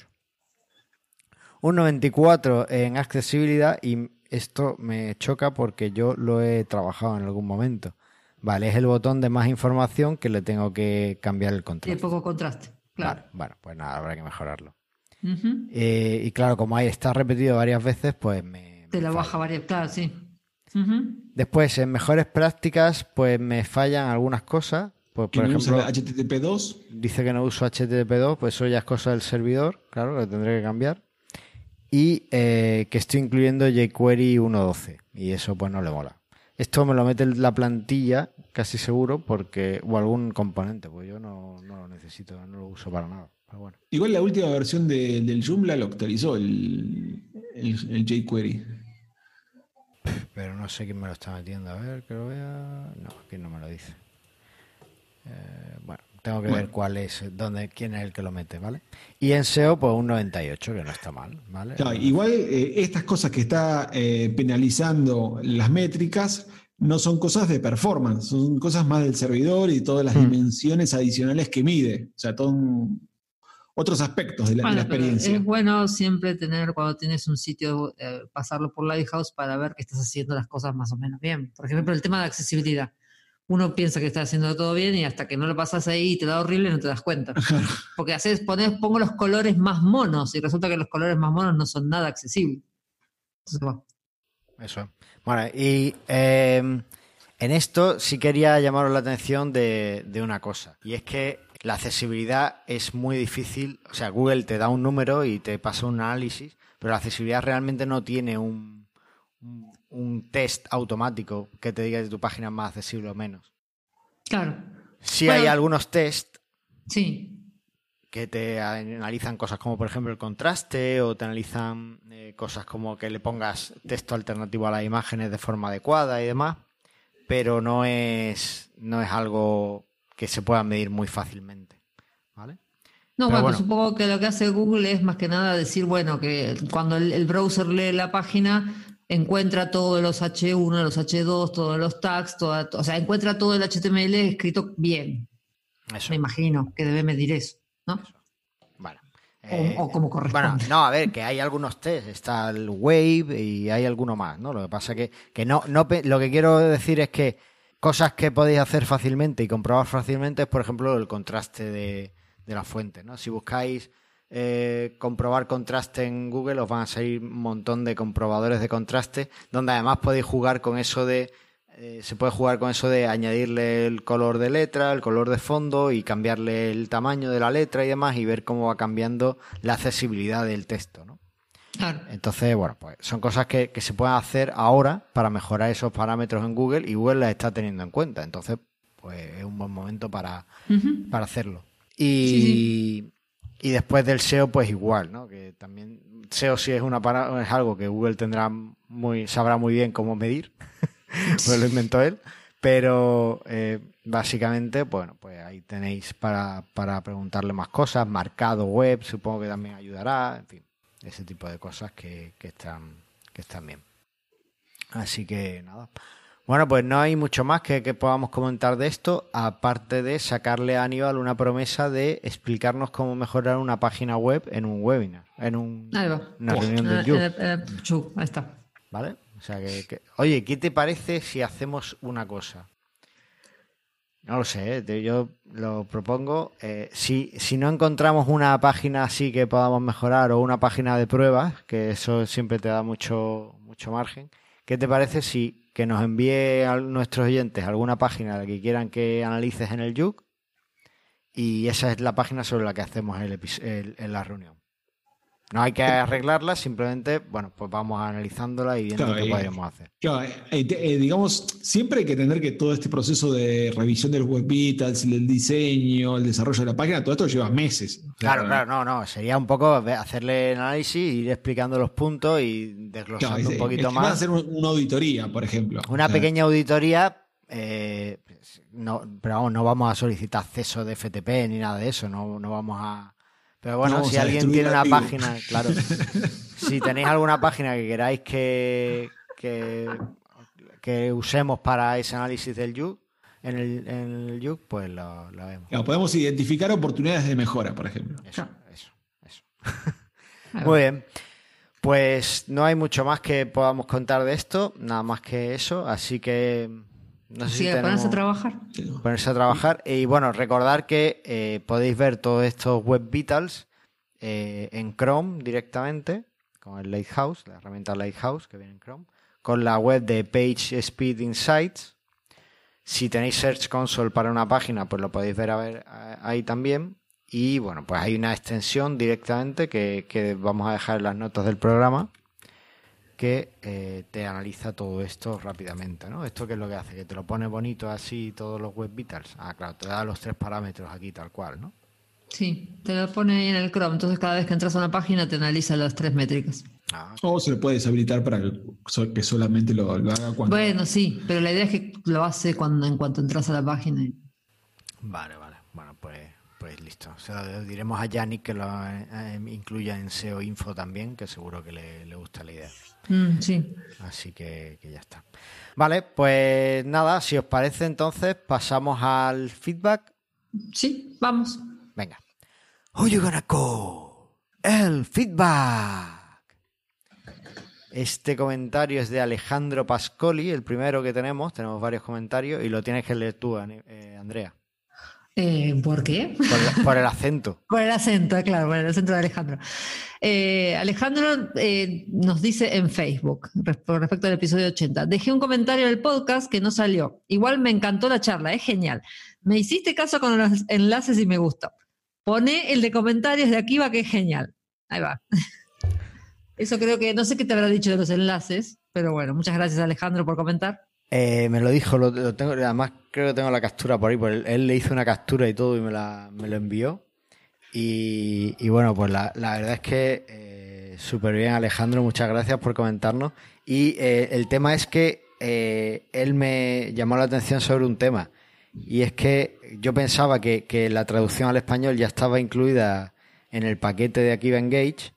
Un noventa y cuatro en accesibilidad y esto me choca porque yo lo he trabajado en algún momento. Vale, es el botón de más información que le tengo que cambiar el Tiene contraste. poco contraste. Claro. Vale, bueno, pues nada, habrá que mejorarlo. Ujú. Eh, y claro, como ahí está repetido varias veces, pues me... Te me la falla. baja varias. Claro, sí. Ujú. Después, en mejores prácticas, pues me fallan algunas cosas. Pues, Que por no ejemplo, usa H T T P dos. dice que no uso H T T P dos, pues eso ya es cosa del servidor, claro, lo tendré que cambiar. Y eh, que estoy incluyendo jQuery uno punto doce, y eso pues no le mola. Esto me lo mete en la plantilla, casi seguro, porque o algún componente, pues yo no, no lo necesito, no lo uso para nada. Pero bueno. Igual la última versión de- del Joomla lo actualizó el, el, el jQuery. Pero no sé quién me lo está metiendo. A ver, que lo vea. No, aquí no me lo dice. Eh, bueno, tengo que bueno. ver cuál es, dónde, quién es el que lo mete, ¿vale? Y en S E O, pues un noventa y ocho, que no está mal, ¿vale? Claro, igual eh, estas cosas que está eh, penalizando las métricas no son cosas de performance, son cosas más del servidor y todas las hmm. dimensiones adicionales que mide. O sea, son otros aspectos de la, bueno, de la experiencia. Es bueno siempre tener, cuando tienes un sitio, eh, pasarlo por Lighthouse para ver que estás haciendo las cosas más o menos bien. Por ejemplo, el tema de accesibilidad. Uno piensa que está haciendo todo bien y hasta que no lo pasas ahí y te da horrible no te das cuenta. Porque haces, pones, pongo los colores más monos y resulta que los colores más monos no son nada accesibles. Entonces, bueno. Eso. Bueno, y eh, en esto sí quería llamaros la atención de, de una cosa. Y es que la accesibilidad es muy difícil. O sea, Google te da un número y te pasa un análisis, pero la accesibilidad realmente no tiene un... un un test automático que te diga si tu página es más accesible o menos. Claro. Sí, bueno, hay algunos test sí. que te analizan cosas como, por ejemplo, el contraste, o te analizan eh, cosas como que le pongas texto alternativo a las imágenes de forma adecuada y demás, pero no es, no es algo que se pueda medir muy fácilmente, ¿vale? No, bueno, bueno, supongo que lo que hace Google es más que nada decir, bueno, que cuando el, el browser lee la página encuentra todos los hache uno, los hache dos, todos los tags, toda, o sea, encuentra todo el H T M L escrito bien. Eso. Me imagino que debe medir eso, ¿no? Eso. Bueno. Eh, o, o como corresponde. Bueno, no, a ver, que hay algunos test, está el Wave y hay alguno más, ¿no? Lo que pasa que, que no, no, lo que quiero decir es que cosas que podéis hacer fácilmente y comprobar fácilmente es, por ejemplo, el contraste de, de la fuente, ¿no? Si buscáis Eh, comprobar contraste en Google, os van a salir un montón de comprobadores de contraste, donde además podéis jugar con eso de eh, se puede jugar con eso de añadirle el color de letra, el color de fondo y cambiarle el tamaño de la letra y demás, y ver cómo va cambiando la accesibilidad del texto, ¿no? Claro. Entonces, bueno, pues son cosas que, que se pueden hacer ahora para mejorar esos parámetros en Google, y Google las está teniendo en cuenta. Entonces, pues es un buen momento para, uh-huh. para hacerlo. Y sí, sí. Y después del S E O, pues igual, ¿no? Que también S E O sí es una para, es algo que Google tendrá muy, sabrá muy bien cómo medir, pues lo inventó él. Pero eh, básicamente, bueno, pues ahí tenéis para, para preguntarle más cosas. Marcado web, supongo que también ayudará. En fin, ese tipo de cosas que, que están, que están bien. Así que nada. Bueno, pues no hay mucho más que, que podamos comentar de esto, aparte de sacarle a Aníbal una promesa de explicarnos cómo mejorar una página web en un webinar, en un, ahí va. una oh, reunión de YouTube. Eh, eh, ahí está. ¿Vale? O sea que, que, oye, ¿qué te parece si hacemos una cosa? No lo sé, ¿eh? Yo lo propongo. Eh, si, si no encontramos una página así que podamos mejorar, o una página de pruebas, que eso siempre te da mucho, mucho margen, ¿qué te parece si que nos envíe a nuestros oyentes alguna página que quieran que analices en el Yug, y esa es la página sobre la que hacemos el, el, en la reunión? No hay que arreglarla, simplemente, bueno, pues vamos analizándola y viendo claro, qué eh, podríamos hacer. Claro, eh, eh, digamos, siempre hay que entender que todo este proceso de revisión de los web vitals, el diseño, el desarrollo de la página, todo esto lleva meses. Claro, claro, no, no, sería un poco hacerle el análisis, ir explicando los puntos y desglosando claro, es, un poquito es más. hacer una auditoría, por ejemplo. Una o sea, pequeña auditoría, eh, no, pero vamos, no vamos a solicitar acceso de F T P ni nada de eso, no, no vamos a... Pero bueno, no, si alguien tiene una página, claro, si tenéis alguna página que queráis que, que, que usemos para ese análisis del Yug, en el, en el Yug, pues lo, lo vemos. Claro, podemos identificar oportunidades de mejora, por ejemplo. Eso, eso, eso. Muy bien. Pues no hay mucho más que podamos contar de esto, nada más que eso, así que... No sé sí, si tenemos... ponerse a trabajar. Ponerse a trabajar. Y bueno, recordar que eh, podéis ver todos estos Web Vitals eh, en Chrome directamente, con el Lighthouse, la herramienta Lighthouse que viene en Chrome, con la web de PageSpeed Insights. Si tenéis Search Console para una página, pues lo podéis ver, a ver ahí también. Y bueno, pues hay una extensión directamente que, que vamos a dejar en las notas del programa, que eh, te analiza todo esto rápidamente, ¿no? ¿Esto qué es lo que hace? Que te lo pone bonito así todos los web vitals. Ah, claro, te da los tres parámetros aquí tal cual, ¿no? Sí, te lo pone ahí en el Chrome. Entonces cada vez que entras a una página te analiza las tres métricas. Ah, O se lo puede deshabilitar para que, que solamente lo, lo haga cuando... Bueno, sí, pero la idea es que lo hace cuando en cuanto entras a la página. vale, vale. Bueno, pues, pues listo. O sea, le diremos a Yannick que lo eh, incluya en S E O Info también, que seguro que le, le gusta la idea. Mm, sí. Así que, que ya está. Vale, pues nada, si os parece entonces pasamos al feedback. Sí, vamos. Venga. Who you gonna call? El feedback. Este comentario es de Alejandro Pascoli, el primero que tenemos. Tenemos varios comentarios y lo tienes que leer tú, eh, Andrea. Eh, ¿Por qué? Por, la, por el acento. Por el acento, claro, por el acento de Alejandro. Eh, Alejandro eh, nos dice en Facebook, con respecto al episodio ochenta, dejé un comentario del podcast que no salió. Igual me encantó la charla, es genial. Me hiciste caso con los enlaces y me gustó. Poné el de comentarios de Akiva que es genial. Ahí va. Eso creo que, no sé qué te habrá dicho de los enlaces, pero bueno, muchas gracias Alejandro por comentar. Eh, me lo dijo, lo, lo tengo, además creo que tengo la captura por ahí, porque él, él le hizo una captura y todo y me, la, me lo envió. Y, y bueno, pues la, la verdad es que eh, súper bien Alejandro, muchas gracias por comentarnos. Y eh, el tema es que eh, él me llamó la atención sobre un tema, y es que yo pensaba que, que la traducción al español ya estaba incluida en el paquete de Akiva Engage,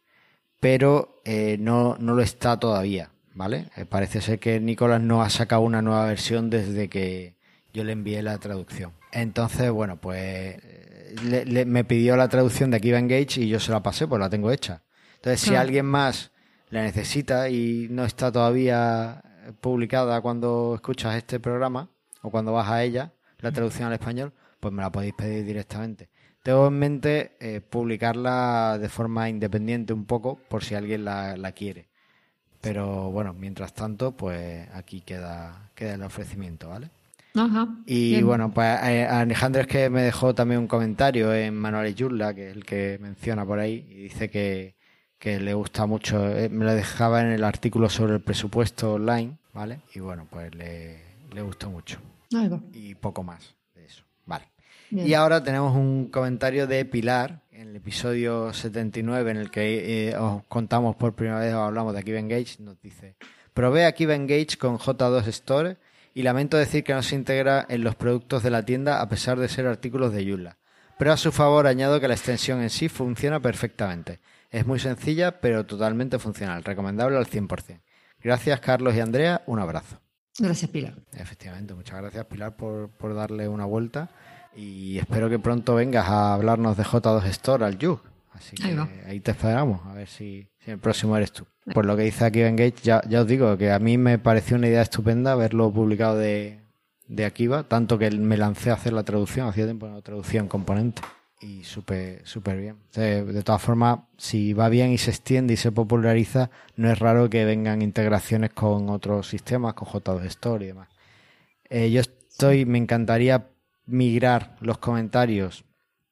pero eh, no, no lo está todavía, ¿vale? Eh, parece ser que Nicolás no ha sacado una nueva versión desde que yo le envié la traducción. Entonces, bueno, pues le, le, me pidió la traducción de Akiva Engage y yo se la pasé, pues la tengo hecha. Entonces, si ah. alguien más la necesita y no está todavía publicada cuando escuchas este programa o cuando vas a ella, la traducción al español, pues me la podéis pedir directamente. Tengo en mente eh, publicarla de forma independiente un poco, por si alguien la, la quiere. Pero bueno, mientras tanto, pues aquí queda, queda el ofrecimiento, ¿vale? Ajá. Y bien. Bueno, pues eh, Alejandro es que me dejó también un comentario en Manuel Yurla, que es el que menciona por ahí, y dice que, que le gusta mucho, eh, me lo dejaba en el artículo sobre el presupuesto online, ¿vale? Y bueno, pues le, le gustó mucho. Ahí va. Y poco más de eso, vale. Bien. Y ahora tenemos un comentario de Pilar en el episodio setenta y nueve en el que eh, os contamos por primera vez, os hablamos de Akiva Engage. Nos dice: probé Akiva Engage con J dos Store y lamento decir que no se integra en los productos de la tienda a pesar de ser artículos de Joomla. Pero a su favor añado que la extensión en sí funciona perfectamente. Es muy sencilla pero totalmente funcional, recomendable al cien por ciento. Gracias Carlos y Andrea, un abrazo. Gracias Pilar. Efectivamente, muchas gracias Pilar por, por darle una vuelta. Y espero que pronto vengas a hablarnos de J dos Store al Yug. Así que ahí, ahí te esperamos, a ver si, si el próximo eres tú. Por lo que dice Akiva Engage, ya, ya os digo que a mí me pareció una idea estupenda verlo publicado de, de Akiva, tanto que me lancé a hacer la traducción, hacía tiempo que no traducía en componente. Y súper súper bien. De, de todas formas, si va bien y se extiende y se populariza, no es raro que vengan integraciones con otros sistemas, con J dos Store y demás. Eh, yo estoy, me encantaría migrar los comentarios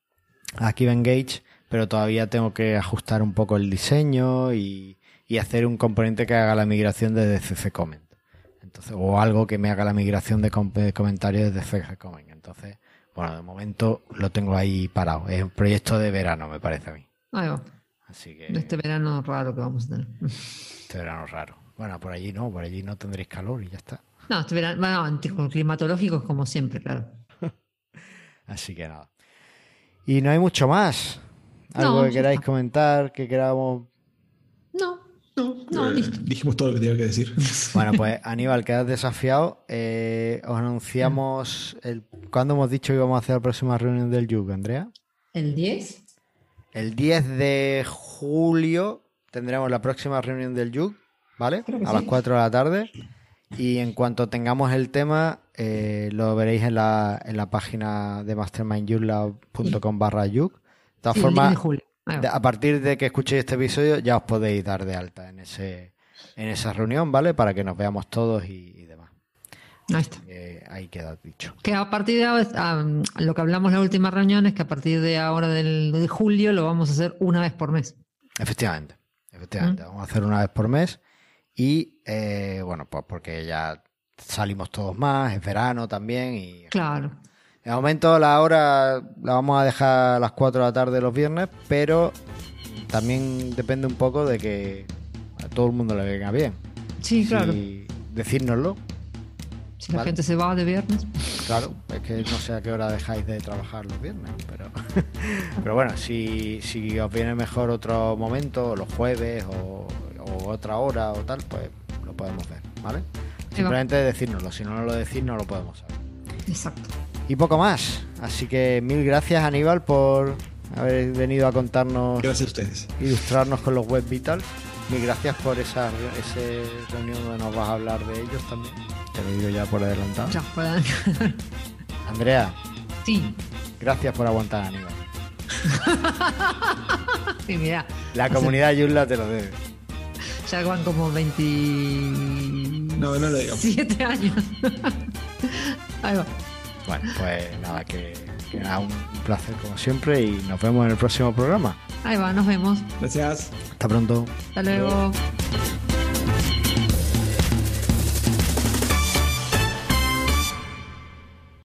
a Akiva Engage, pero todavía tengo que ajustar un poco el diseño y, y hacer un componente que haga la migración desde C C Comment. Entonces, o algo que me haga la migración de, com- de comentarios desde C C Comment. Entonces, bueno, de momento lo tengo ahí parado. Es un proyecto de verano, me parece a mí. Ahí va. Así que este verano raro que vamos a tener. Este verano raro. Bueno, por allí no, por allí no tendréis calor y ya está. No, este verano, bueno, climatológicos como siempre, claro. Así que nada. Y no hay mucho más. ¿Algo no, que queráis está. comentar? ¿Que queramos...? No, no, no, eh, listo. Dijimos todo lo que tenía que decir. Bueno, pues Aníbal, quedas desafiado. Eh, os anunciamos... El... ¿Cuándo hemos dicho que íbamos a hacer la próxima reunión del Yug, Andrea? ¿El diez? El diez de julio tendremos la próxima reunión del Yug, ¿vale? A sí. las cuatro de la tarde. Y en cuanto tengamos el tema, eh, lo veréis en la, en la página de mastermind joomla punto com barra yug. De todas sí, formas, de de, a partir de que escuchéis este episodio, ya os podéis dar de alta en ese en esa reunión, ¿vale? Para que nos veamos todos y, y demás. Ahí está. Eh, ahí queda dicho. Que a partir de ahora, um, lo que hablamos en la última reunión es que a partir de ahora del, de julio lo vamos a hacer una vez por mes. Efectivamente, efectivamente. ¿Mm? Vamos a hacer una vez por mes. Y, eh, bueno, pues porque ya salimos todos más, es verano también. Y claro. De momento la hora la vamos a dejar a las cuatro de la tarde los viernes, pero también depende un poco de que a todo el mundo le venga bien. Sí, claro. Si, decírnoslo. Si la ¿vale? gente se va de viernes. Claro, es que no sé a qué hora dejáis de trabajar los viernes, pero pero bueno, si, si os viene mejor otro momento, los jueves o, o otra hora o tal, pues lo podemos ver, ¿vale? Simplemente decírnoslo, si no nos lo decís no lo podemos saber. Exacto. Y poco más, así que mil gracias, Aníbal, por haber venido a contarnos, Gracias a ustedes. ilustrarnos con los Web Vitals. Mil gracias por esa ese reunión donde nos vas a hablar de ellos también. Te lo digo ya por adelantado. Ya, puedan. Andrea, Sí. gracias por aguantar, Aníbal. Sí, mira. La comunidad Joomla te lo debe. Ya van como veintisiete No, no lo digamos. años. Ahí va. Bueno, pues nada, que, que nada, un placer como siempre y nos vemos en el próximo programa. Ahí va, nos vemos. Gracias. Hasta pronto. Hasta luego.